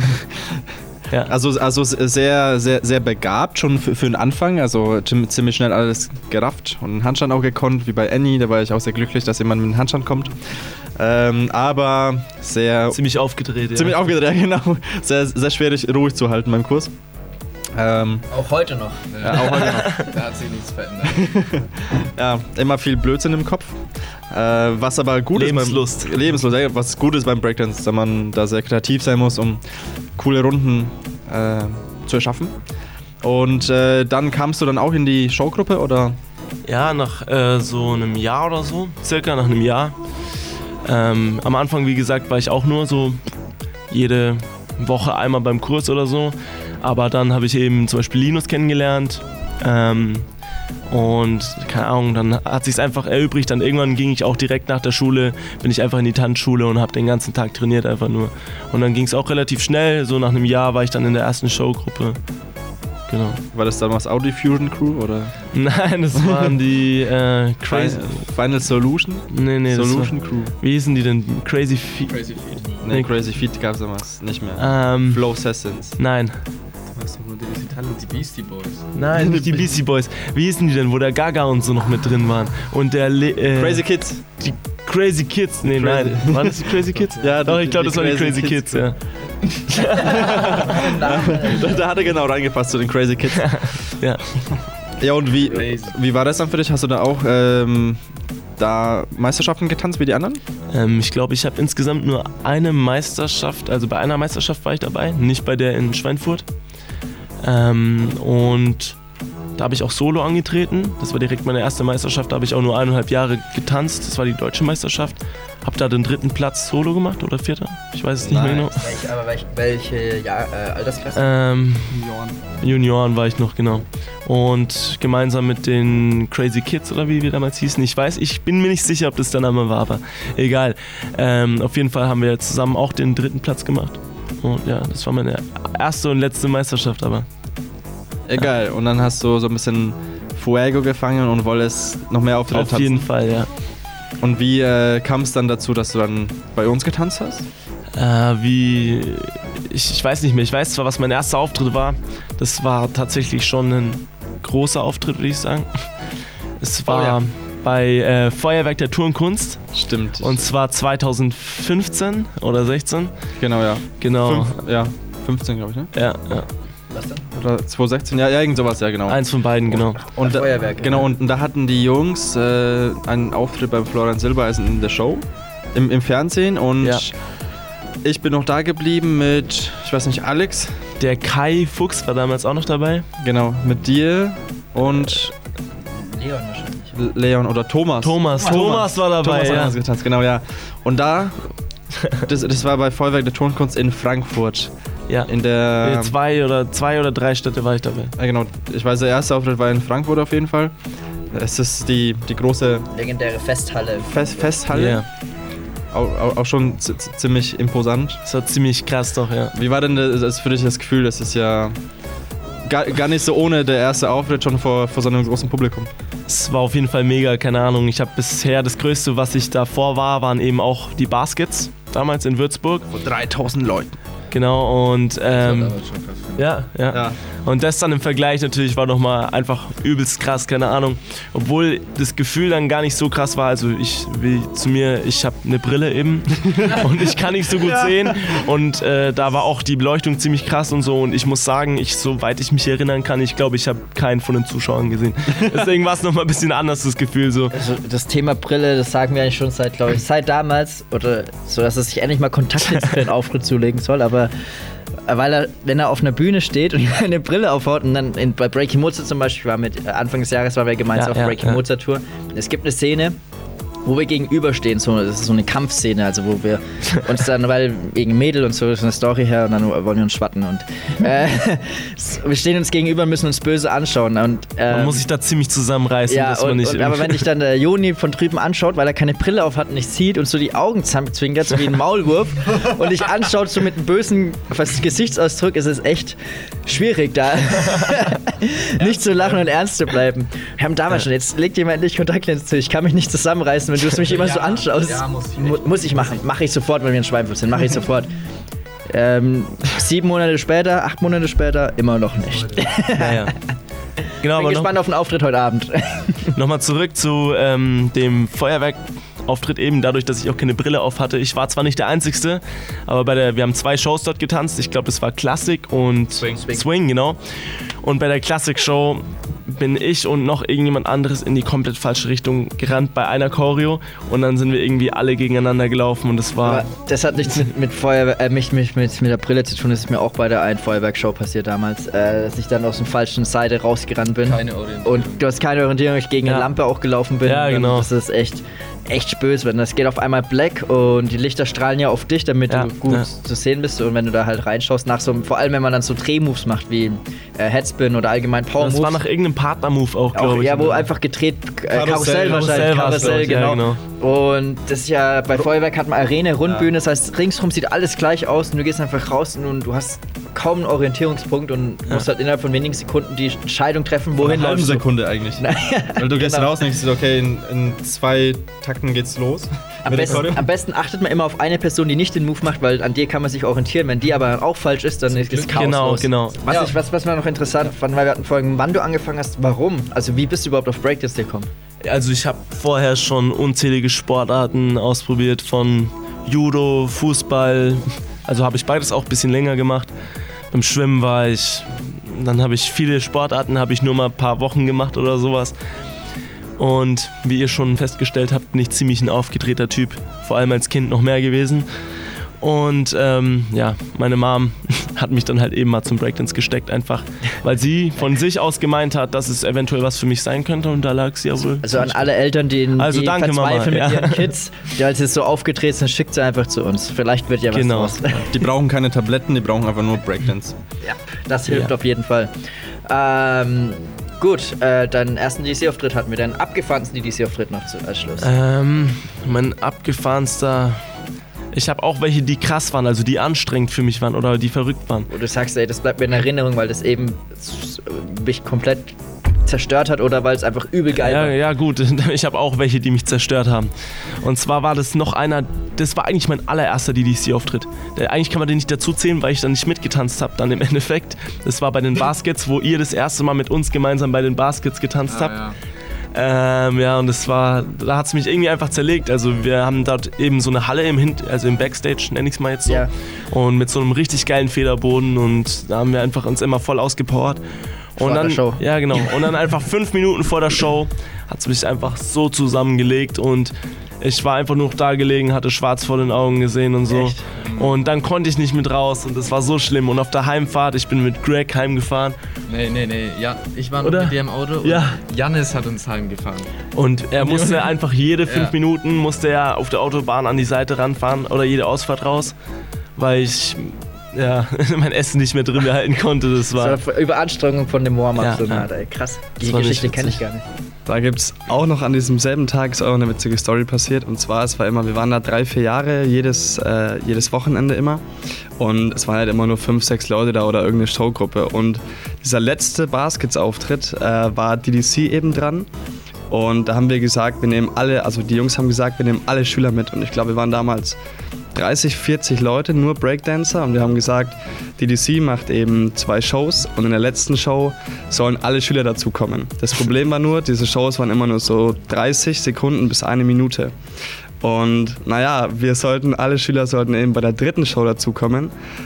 [SPEAKER 5] Ja.
[SPEAKER 3] Also, also sehr, sehr, sehr begabt schon für, für den Anfang. Also ziem- ziemlich schnell alles gerafft und einen Handstand auch gekonnt, wie bei Annie. Da war ich auch sehr glücklich, dass jemand mit einem Handstand kommt. Ähm, aber sehr...
[SPEAKER 5] Ziemlich aufgedreht, ja.
[SPEAKER 3] Ziemlich aufgedreht, genau. Sehr, sehr schwierig, ruhig zu halten beim Kurs. Ähm,
[SPEAKER 4] Auch heute noch.
[SPEAKER 3] Ja, auch heute noch.
[SPEAKER 11] Da hat sich nichts verändert.
[SPEAKER 3] Ja, immer viel Blödsinn im Kopf. Äh, was aber gut
[SPEAKER 5] Lebenslust.
[SPEAKER 3] ist beim Lebenslust, ja, was gut ist beim Breakdance, dass man da sehr kreativ sein muss, um coole Runden äh, zu erschaffen. Und äh, dann kamst du dann auch in die Showgruppe, oder?
[SPEAKER 5] Ja, nach äh, so einem Jahr oder so, circa nach einem Jahr. Ähm, am Anfang, wie gesagt, war ich auch nur so jede Woche einmal beim Kurs oder so. Aber dann habe ich eben zum Beispiel Linus kennengelernt. Ähm, und keine Ahnung, dann hat sich einfach erübrigt. Dann irgendwann ging ich auch direkt nach der Schule, bin ich einfach in die Tanzschule und habe den ganzen Tag trainiert einfach nur. Und dann ging es auch relativ schnell. So nach einem Jahr war ich dann in der ersten Showgruppe. Genau.
[SPEAKER 3] War das damals Audi Fusion Crew, oder?
[SPEAKER 5] Nein, das waren die äh, Crazy...
[SPEAKER 3] Final Solution?
[SPEAKER 5] Nee, nee, das
[SPEAKER 3] Solution
[SPEAKER 5] war,
[SPEAKER 3] Crew.
[SPEAKER 5] Wie hießen die denn? Crazy Feet?
[SPEAKER 11] Crazy Feet.
[SPEAKER 3] Nee, Crazy Feet gab es damals nicht mehr.
[SPEAKER 5] Ähm,
[SPEAKER 3] Flow Sessions.
[SPEAKER 5] Nein.
[SPEAKER 12] Sagst doch nur D D C Talent.
[SPEAKER 11] Die Beastie Boys.
[SPEAKER 5] Nein, nicht die Beastie Boys. Wie hießen die denn, wo der Gaga und so noch mit drin waren? Und der Le äh,
[SPEAKER 3] Crazy Kids.
[SPEAKER 5] Die Crazy Kids. Nee,
[SPEAKER 3] Crazy.
[SPEAKER 5] nein. Waren das die Crazy Kids?
[SPEAKER 3] Ja,
[SPEAKER 5] doch, ich glaube,
[SPEAKER 3] die
[SPEAKER 5] das waren die
[SPEAKER 3] Crazy
[SPEAKER 5] Crazy Kids,
[SPEAKER 3] Kids,
[SPEAKER 5] ja.
[SPEAKER 3] da, da hat er genau reingepasst zu den Crazy Kids.
[SPEAKER 5] Ja.
[SPEAKER 3] Ja, und wie, wie war das dann für dich? Hast du da auch ähm, da Meisterschaften getanzt wie die anderen?
[SPEAKER 5] Ähm, ich glaube, ich habe insgesamt nur eine Meisterschaft, also bei einer Meisterschaft war ich dabei, nicht bei der in Schweinfurt. Ähm, und da habe ich auch Solo angetreten. Das war direkt meine erste Meisterschaft. Da habe ich auch nur eineinhalb Jahre getanzt. Das war die deutsche Meisterschaft. Hab da den dritten Platz Solo gemacht oder vierter? Ich weiß es nicht
[SPEAKER 4] Nein.
[SPEAKER 5] mehr genau.
[SPEAKER 4] Welche, aber welche, welche ja, äh, Altersklasse?
[SPEAKER 5] Ähm,
[SPEAKER 12] Junioren.
[SPEAKER 5] Junioren war ich noch, genau. Und gemeinsam mit den Crazy Kids oder wie wir damals hießen, ich weiß, ich bin mir nicht sicher, ob das der Name war, aber egal. Ähm, auf jeden Fall haben wir zusammen auch den dritten Platz gemacht. Und ja, das war meine erste und letzte Meisterschaft, aber.
[SPEAKER 3] Egal, und dann hast du so ein bisschen Fuego gefangen und wolltest noch mehr Auftritte tanzen.
[SPEAKER 5] Auf jeden Fall, ja.
[SPEAKER 3] Und wie äh, kam es dann dazu, dass du dann bei uns getanzt hast?
[SPEAKER 5] Äh, wie. Ich, ich weiß nicht mehr. Ich weiß zwar, was mein erster Auftritt war. Das war tatsächlich schon ein großer Auftritt, würde ich sagen. Es war oh, ja. bei äh, Feuerwerk der Turnkunst.
[SPEAKER 3] Stimmt.
[SPEAKER 5] Und zwar zweitausendfünfzehn oder sechzehn.
[SPEAKER 3] Genau, ja.
[SPEAKER 5] Genau.
[SPEAKER 3] Fünf, ja, fünfzehn, glaube ich, ne?
[SPEAKER 5] Ja, ja.
[SPEAKER 4] Was denn?
[SPEAKER 3] Oder zweitausendsechzehn, ja, ja, irgend sowas, ja, genau.
[SPEAKER 5] Eins von beiden, genau.
[SPEAKER 3] Und,
[SPEAKER 4] Bei Feuerwerk.
[SPEAKER 3] Genau, und da hatten die Jungs äh, einen Auftritt beim Florian Silbereisen in der Show, im, im Fernsehen, und ja. ich bin noch da geblieben mit, ich weiß nicht, Alex.
[SPEAKER 5] Der Kai Fuchs war damals auch noch dabei.
[SPEAKER 3] Genau, mit dir und
[SPEAKER 4] Leon wahrscheinlich.
[SPEAKER 3] Leon oder Thomas.
[SPEAKER 5] Thomas, Thomas, Thomas war dabei,
[SPEAKER 3] Thomas
[SPEAKER 5] ja.
[SPEAKER 3] hat getanzt, genau, ja. Und da, das, das war bei Feuerwerk der Turnkunst in Frankfurt.
[SPEAKER 5] Ja,
[SPEAKER 3] in der
[SPEAKER 5] zwei oder, zwei oder drei Städte war ich dabei.
[SPEAKER 3] Ja, genau. Ich weiß, der erste Auftritt war in Frankfurt auf jeden Fall. Es ist die, die große...
[SPEAKER 4] legendäre Festhalle.
[SPEAKER 3] Fest, Festhalle.
[SPEAKER 5] Yeah.
[SPEAKER 3] Auch, auch schon z- z- ziemlich imposant.
[SPEAKER 5] Das war ziemlich krass doch, ja.
[SPEAKER 3] Wie war denn das für dich das Gefühl? Das ist ja gar, gar nicht so ohne der erste Auftritt schon vor, vor so einem großen Publikum.
[SPEAKER 5] Es war auf jeden Fall mega, keine Ahnung. Ich habe bisher das Größte, was ich davor war, waren eben auch die Baskets. Damals in Würzburg.
[SPEAKER 3] Vor dreitausend Leuten.
[SPEAKER 5] Genau, und ähm, ja, ja,
[SPEAKER 3] ja.
[SPEAKER 5] Und das dann im Vergleich natürlich war nochmal einfach übelst krass, keine Ahnung. Obwohl das Gefühl dann gar nicht so krass war. Also ich will zu mir, ich habe eine Brille eben und ich kann nicht so gut ja. sehen. Und äh, da war auch die Beleuchtung ziemlich krass und so. Und ich muss sagen, ich, soweit ich mich erinnern kann, ich glaube, ich habe keinen von den Zuschauern gesehen. Deswegen war es nochmal ein bisschen anders, das Gefühl so.
[SPEAKER 4] Also das Thema Brille, das sagen wir eigentlich schon seit, glaube ich, seit damals. Oder so, dass es sich endlich mal Kontaktlinsen für den Auftritt zulegen soll. Aber weil er, wenn er auf einer Bühne steht und eine Brille aufhaut und dann in, bei Breaking Mozart zum Beispiel, war mit Anfang des Jahres waren wir gemeinsam
[SPEAKER 5] ja,
[SPEAKER 4] auf
[SPEAKER 5] ja,
[SPEAKER 4] Breaking
[SPEAKER 5] ja.
[SPEAKER 4] Mozart Tour. Es gibt eine Szene, wo wir gegenüberstehen, so, das ist so eine Kampfszene, also wo wir uns dann, weil wegen Mädel und so ist eine Story her und dann wollen wir uns schwatten und äh, wir stehen uns gegenüber und müssen uns böse anschauen. Und, ähm,
[SPEAKER 5] man muss sich da ziemlich zusammenreißen,
[SPEAKER 4] ja,
[SPEAKER 5] dass man
[SPEAKER 4] und,
[SPEAKER 5] nicht...
[SPEAKER 4] Und, aber wenn dich dann der Joni von drüben anschaut, weil er keine Brille auf hat und nicht sieht und so die Augen zusammenzwinkert, so wie ein Maulwurf und dich anschaut so mit einem bösen Gesichtsausdruck, ist es echt schwierig, da nicht zu lachen und ernst zu bleiben. Wir haben damals schon, jetzt legt jemand nicht Kontaktlinsen zu, ich kann mich nicht zusammenreißen, wenn du es mich immer ja, so anschaust. Ja, muss, ich Mu- muss ich machen. Mache ich sofort, wenn wir in Schweinfurt sind. Mache ich sofort. Ähm, sieben Monate später, acht Monate später, immer noch nicht.
[SPEAKER 5] Naja. Genau,
[SPEAKER 4] Bin
[SPEAKER 5] aber
[SPEAKER 4] gespannt
[SPEAKER 5] noch,
[SPEAKER 4] auf den Auftritt heute Abend.
[SPEAKER 5] Nochmal zurück zu ähm, dem Feuerwerk-Auftritt eben, dadurch, dass ich auch keine Brille auf hatte. Ich war zwar nicht der Einzigste, aber bei der, wir haben zwei Shows dort getanzt. Ich glaube, es war Classic und
[SPEAKER 3] Swing.
[SPEAKER 5] Swing, genau. Und bei der Classic-Show bin ich und noch irgendjemand anderes in die komplett falsche Richtung gerannt bei einer Choreo und dann sind wir irgendwie alle gegeneinander gelaufen und das war...
[SPEAKER 4] Aber das hat nichts mit, mit, Feuerwehr, äh, mit, mit, mit, mit der Brille zu tun, das ist mir auch bei der einen Feuerwerkshow passiert damals, äh, dass ich dann aus der falschen Seite rausgerannt bin.
[SPEAKER 11] Keine Orientierung.
[SPEAKER 4] Und du hast keine Orientierung, ich gegen ja. eine Lampe auch gelaufen bin.
[SPEAKER 5] Ja, genau.
[SPEAKER 4] Das ist echt... echt böse, wenn das geht auf einmal black und die Lichter strahlen ja auf dich, damit ja, du gut ja. zu sehen bist und wenn du da halt reinschaust, nach so, vor allem wenn man dann so Drehmoves macht wie äh, Headspin oder allgemein Power-Moves.
[SPEAKER 5] Das war nach irgendeinem Partner-Move auch, glaube ich.
[SPEAKER 4] Ja, wo oder? einfach gedreht, äh, Karussell, Karussell wahrscheinlich, Karussell,
[SPEAKER 5] Karussell
[SPEAKER 4] genau.
[SPEAKER 5] Ja, genau.
[SPEAKER 4] Und das ist ja, bei Feuerwerk hat man Arena, Rundbühne, das heißt, ringsrum sieht alles gleich aus und du gehst einfach raus und du hast kaum einen Orientierungspunkt und ja. musst halt innerhalb von wenigen Sekunden die Entscheidung treffen, wohin
[SPEAKER 3] eine halbe
[SPEAKER 4] läufst du.
[SPEAKER 3] Sekunde eigentlich. Weil du gehst genau. raus und denkst, okay, in, in zwei Takten geht's los.
[SPEAKER 4] Am besten, am besten achtet man immer auf eine Person, die nicht den Move macht, weil an dir kann man sich orientieren. Wenn die aber auch falsch ist, dann ist es Chaos
[SPEAKER 5] Genau,
[SPEAKER 4] los.
[SPEAKER 5] genau.
[SPEAKER 4] Was,
[SPEAKER 5] ja.
[SPEAKER 4] ich, was, was mir noch interessant fand, weil wir hatten vorhin, wann du angefangen hast, warum? Also wie bist du überhaupt auf Breakdance gekommen?
[SPEAKER 5] Also ich habe vorher schon unzählige Sportarten ausprobiert, von Judo, Fußball, also habe ich beides auch ein bisschen länger gemacht. Beim Schwimmen war ich, dann habe ich viele Sportarten, habe ich nur mal ein paar Wochen gemacht oder sowas. Und wie ihr schon festgestellt habt, bin ich ziemlich ein aufgedrehter Typ, vor allem als Kind noch mehr gewesen. Und ähm, ja, meine Mom hat mich dann halt eben mal zum Breakdance gesteckt, einfach weil sie von sich aus gemeint hat, dass es eventuell was für mich sein könnte und da lag sie ja wohl.
[SPEAKER 4] Also an alle Eltern, die, in,
[SPEAKER 5] also
[SPEAKER 4] die
[SPEAKER 5] danke,
[SPEAKER 4] verzweifeln
[SPEAKER 5] Mama,
[SPEAKER 4] mit
[SPEAKER 5] ja.
[SPEAKER 4] ihren Kids, die als jetzt so aufgedreht sind, schickt sie einfach zu uns. Vielleicht wird ja was
[SPEAKER 5] genau.
[SPEAKER 4] draus.
[SPEAKER 3] Die brauchen keine Tabletten, die brauchen einfach nur Breakdance.
[SPEAKER 4] Ja, das hilft
[SPEAKER 5] ja.
[SPEAKER 4] auf jeden Fall. Ähm, gut, äh, deinen ersten D D C-Auftritt hatten wir, deinen abgefahrensten D D C-Auftritt noch zu, als Schluss.
[SPEAKER 5] Ähm, mein abgefahrenster... Ich habe auch welche, die krass waren, also die anstrengend für mich waren oder die verrückt waren.
[SPEAKER 4] Wo du sagst, ey, das bleibt mir in Erinnerung, weil das eben mich komplett zerstört hat oder weil es einfach übel geil
[SPEAKER 5] ja,
[SPEAKER 4] war.
[SPEAKER 5] Ja gut, ich habe auch welche, die mich zerstört haben. Und zwar war das noch einer, das war eigentlich mein allererster D D C-Auftritt. Eigentlich kann man den nicht dazu zählen, weil ich dann nicht mitgetanzt habe dann im Endeffekt. Das war bei den Baskets, wo ihr das erste Mal mit uns gemeinsam bei den Baskets getanzt ah, habt. Ja. Ähm, ja, und das war, da hat es mich irgendwie einfach zerlegt. Also wir haben dort eben so eine Halle im Hin- also im Backstage, nenne ich es mal jetzt so. Yeah. Und mit so einem richtig geilen Federboden und da haben wir einfach uns immer voll ausgepowert. Und
[SPEAKER 4] vor
[SPEAKER 5] dann,
[SPEAKER 4] der Show.
[SPEAKER 5] Ja, genau. Und dann einfach fünf Minuten vor der Show hat es mich einfach so zusammengelegt und ich war einfach nur noch da gelegen, hatte schwarz vor den Augen gesehen und so.
[SPEAKER 4] Echt?
[SPEAKER 5] Und dann konnte ich nicht mit raus und das war so schlimm. Und auf der Heimfahrt, ich bin mit Greg heimgefahren.
[SPEAKER 11] Nee, nee, nee. Ja, ich war noch
[SPEAKER 5] Oder?
[SPEAKER 11] mit dir im Auto und
[SPEAKER 5] ja.
[SPEAKER 11] Jannis hat uns heimgefahren.
[SPEAKER 5] Und er musste einfach jede fünf
[SPEAKER 11] ja.
[SPEAKER 5] Minuten musste er auf der Autobahn an die Seite ranfahren oder jede Ausfahrt raus, weil ich ja, mein Essen nicht mehr drin behalten konnte. Das war,
[SPEAKER 4] das war Überanstrengung von dem Warm-up.
[SPEAKER 5] Ja,
[SPEAKER 4] so
[SPEAKER 5] ja.
[SPEAKER 4] ey, krass. Die Geschichte kenne ich gar nicht.
[SPEAKER 12] Da gibt es auch noch an diesem selben Tag ist auch eine witzige Story passiert. Und zwar, es war immer, wir waren da drei, vier Jahre, jedes, äh, jedes Wochenende immer. Und es waren halt immer nur fünf, sechs Leute da oder irgendeine Showgruppe. Und dieser letzte Baskets-Auftritt äh, war D D C eben dran. Und da haben wir gesagt, wir nehmen alle, also die Jungs haben gesagt, wir nehmen alle Schüler mit. Und ich glaube, wir waren damals dreißig, vierzig Leute, nur Breakdancer. Und wir haben gesagt, D D C macht eben zwei Shows und in der letzten Show sollen alle Schüler dazukommen. Das Problem war nur, diese Shows waren immer nur so dreißig Sekunden bis eine Minute. Und naja, wir sollten, alle Schüler sollten eben bei der dritten Show dazukommen.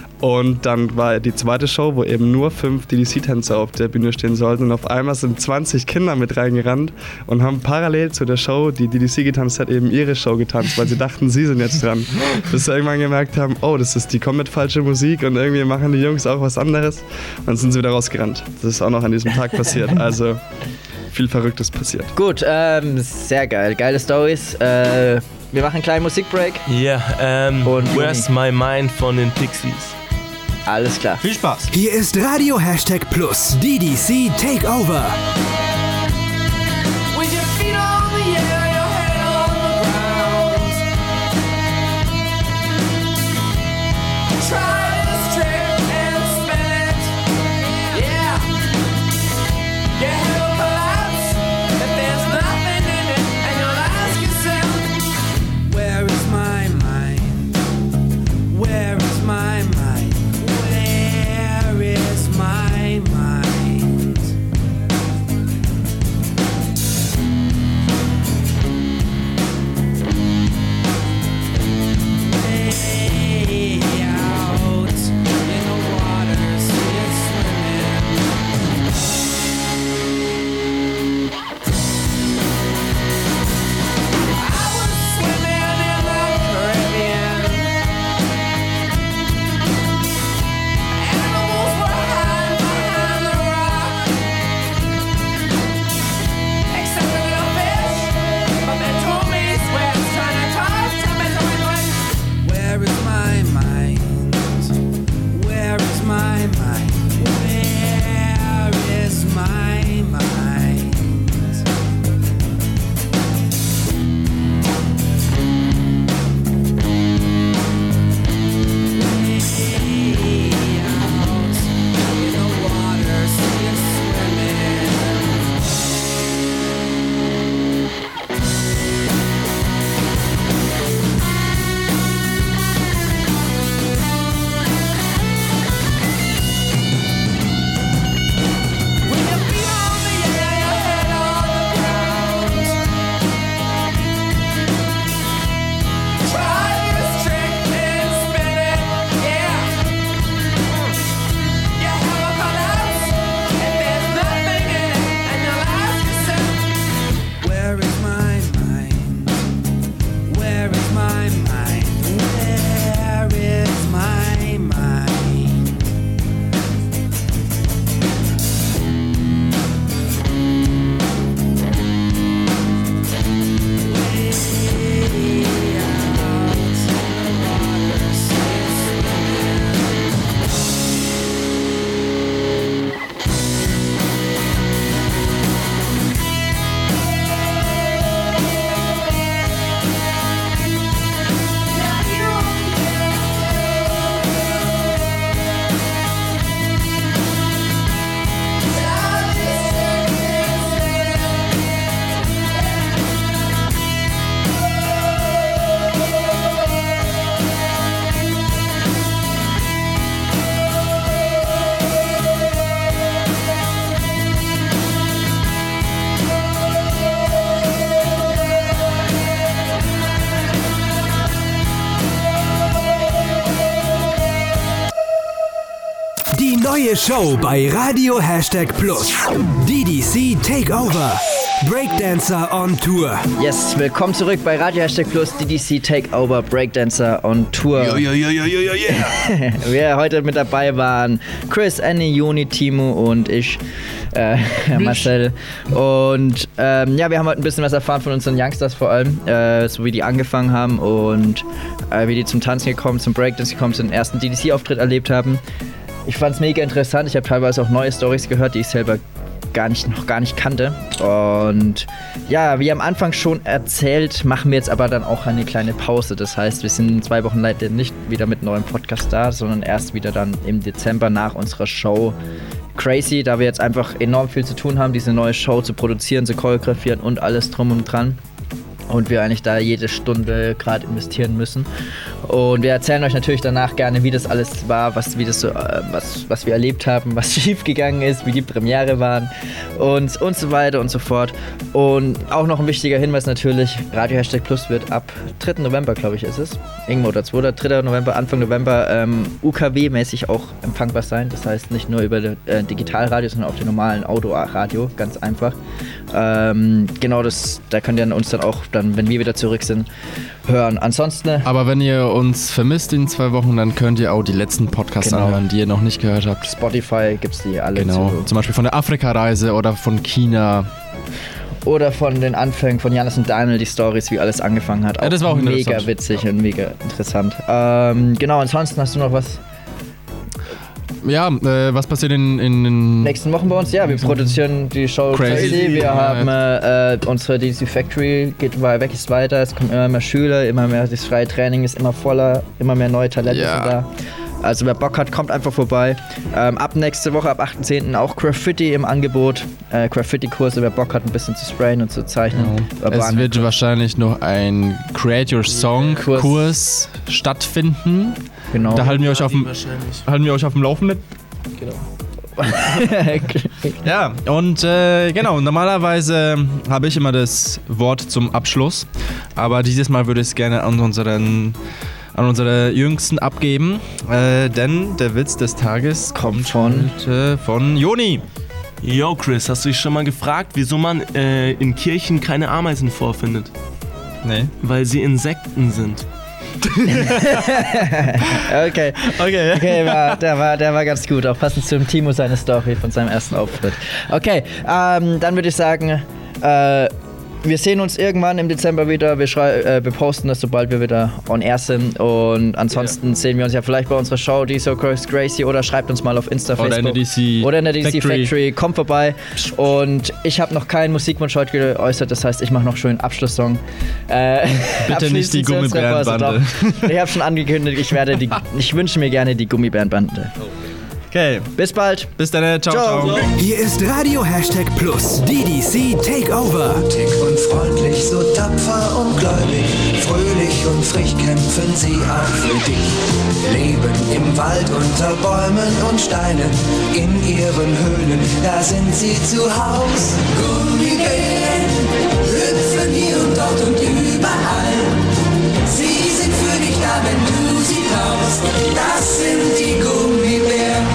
[SPEAKER 12] Und dann war die zweite Show, wo eben nur fünf D D C-Tänzer auf der Bühne stehen sollten. Und auf einmal sind zwanzig Kinder mit reingerannt und haben parallel zu der Show, die D D C getanzt hat, eben ihre Show getanzt, weil sie dachten, sie sind jetzt dran. Bis sie irgendwann gemerkt haben, oh, das ist die komplett falsche Musik und irgendwie machen die Jungs auch was anderes. Und dann sind sie wieder rausgerannt. Das ist auch noch an diesem Tag passiert. Also viel Verrücktes passiert.
[SPEAKER 4] Gut, ähm, sehr geil. Geile Storys. Äh, wir machen einen kleinen Musikbreak.
[SPEAKER 5] Ja, yeah, ähm, Where's My Mind von den Pixies.
[SPEAKER 4] Alles klar.
[SPEAKER 2] Viel Spaß. Hier ist Radio Hashtag Plus D D C Takeover. Neue Show bei Radio Hashtag Plus. D D C Takeover. Breakdancer on Tour.
[SPEAKER 4] Yes, willkommen zurück bei Radio Hashtag Plus, D D C Takeover, Breakdancer on Tour.
[SPEAKER 5] Yo, yo, yo, yo, yo, yo, yeah.
[SPEAKER 4] Wer heute mit dabei waren, Chris, Annie, Juni, Timo und ich, äh, Marcel. Und ähm, ja, wir haben heute ein bisschen was erfahren von unseren Youngsters vor allem, äh, so wie die angefangen haben und äh, wie die zum Tanzen gekommen, zum Breakdance gekommen sind, den ersten D D C-Auftritt erlebt haben. Ich fand es mega interessant, ich habe teilweise auch neue Storys gehört, die ich selber gar nicht, noch gar nicht kannte. Und ja, wie am Anfang schon erzählt, machen wir jetzt aber dann auch eine kleine Pause. Das heißt, wir sind in zwei Wochen leider nicht wieder mit neuem Podcast da, sondern erst wieder dann im Dezember nach unserer Show Crazy, da wir jetzt einfach enorm viel zu tun haben, diese neue Show zu produzieren, zu choreografieren und alles drum und dran. Und wir eigentlich da jede Stunde gerade investieren müssen. Und wir erzählen euch natürlich danach gerne, wie das alles war, was, wie das so, äh, was, was wir erlebt haben, was schiefgegangen ist, wie die Premiere waren und, und so weiter und so fort. Und auch noch ein wichtiger Hinweis natürlich, Radio Hashtag Plus wird ab dritten November, glaube ich, ist es, irgendwo oder zweiten, dritten November, Anfang November ähm, U K W-mäßig auch empfangbar sein. Das heißt nicht nur über äh, Digitalradio, sondern auch den normalen Autoradio, ganz einfach. Ähm, genau, das, da könnt ihr uns dann auch, dann, wenn wir wieder zurück sind, hören. Ansonsten...
[SPEAKER 3] Aber wenn ihr uns vermisst in zwei Wochen, dann könnt ihr auch die letzten Podcasts genau. anhören, die ihr noch nicht gehört habt.
[SPEAKER 4] Spotify gibt's die alle.
[SPEAKER 3] Genau, zu. Zum Beispiel von der Afrika-Reise oder von China.
[SPEAKER 4] Oder von den Anfängen von Janis und Daniel, die Storys, wie alles angefangen hat. Auch, ja, das war auch mega witzig ja. und mega interessant. Ähm, genau, ansonsten hast du noch was...
[SPEAKER 3] Ja, äh, was passiert in den
[SPEAKER 4] nächsten Wochen bei uns? Ja, wir produzieren die Show Crazy. Crazy. Wir ja, haben äh, unsere D D C Factory geht weg, ist weiter. Es kommen immer mehr Schüler, immer mehr. Das freie Training ist immer voller, immer mehr neue Talente ja. sind da. Also wer Bock hat, kommt einfach vorbei. Ähm, ab nächste Woche, ab achten zehnten auch Graffiti im Angebot. Äh, Graffiti-Kurse, wer Bock hat, ein bisschen zu sprayen und zu zeichnen.
[SPEAKER 3] Ja. Es wird wahrscheinlich noch ein Create Your Song Kurs, Kurs stattfinden. Genau. Da halten wir, euch auf dem, halten wir euch auf dem Laufenden. Genau. Ja, und äh, genau, normalerweise habe ich immer das Wort zum Abschluss. Aber dieses Mal würde ich es gerne an unseren... an unsere Jüngsten abgeben, äh, denn der Witz des Tages kommt von, äh, von Joni.
[SPEAKER 5] Yo Chris, hast du dich schon mal gefragt, wieso man äh, in Kirchen keine Ameisen vorfindet?
[SPEAKER 3] Nee.
[SPEAKER 5] Weil sie Insekten sind.
[SPEAKER 4] okay, okay, okay war, der, war, der war ganz gut, auch passend zum Timo seine Story von seinem ersten Auftritt. Okay, ähm, dann würde ich sagen, äh, wir sehen uns irgendwann im Dezember wieder. Wir, schrei- äh, wir posten das, sobald wir wieder on air sind. Und ansonsten yeah. sehen wir uns ja vielleicht bei unserer Show, die So Crazy, oder schreibt uns mal auf Insta,
[SPEAKER 3] oder
[SPEAKER 4] Facebook.
[SPEAKER 3] In der D C
[SPEAKER 4] oder in der D C
[SPEAKER 3] Factory.
[SPEAKER 4] Factory. Kommt vorbei. Und ich habe noch keinen Musikwunsch heute geäußert. Das heißt, ich mache noch schön einen Abschlusssong. Äh,
[SPEAKER 3] Bitte nicht die Gummibärenbande.
[SPEAKER 4] Ich habe schon angekündigt, ich werde die. Ich wünsche mir gerne die Gummibärenbande.
[SPEAKER 3] Okay.
[SPEAKER 4] Bis bald.
[SPEAKER 3] Bis dann. Ciao, ciao. ciao.
[SPEAKER 2] Hier ist Radio Hashtag Plus. D D C Takeover.
[SPEAKER 15] Mutig und freundlich, so tapfer und gläubig. Fröhlich und frisch kämpfen sie auch für dich. Leben im Wald unter Bäumen und Steinen. In ihren Höhlen, da sind sie zu Haus. Gummibären hüpfen hier und dort und überall. Sie sind für dich da, wenn du sie brauchst. Das sind die Gummibären.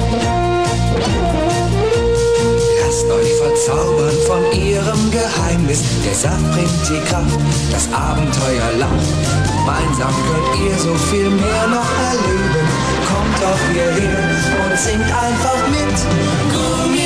[SPEAKER 15] Lasst euch verzaubern von ihrem Geheimnis. Der Saft bringt die Kraft, das Abenteuer lacht. Gemeinsam könnt ihr so viel mehr noch erleben. Kommt doch hierher und singt einfach mit. Gummi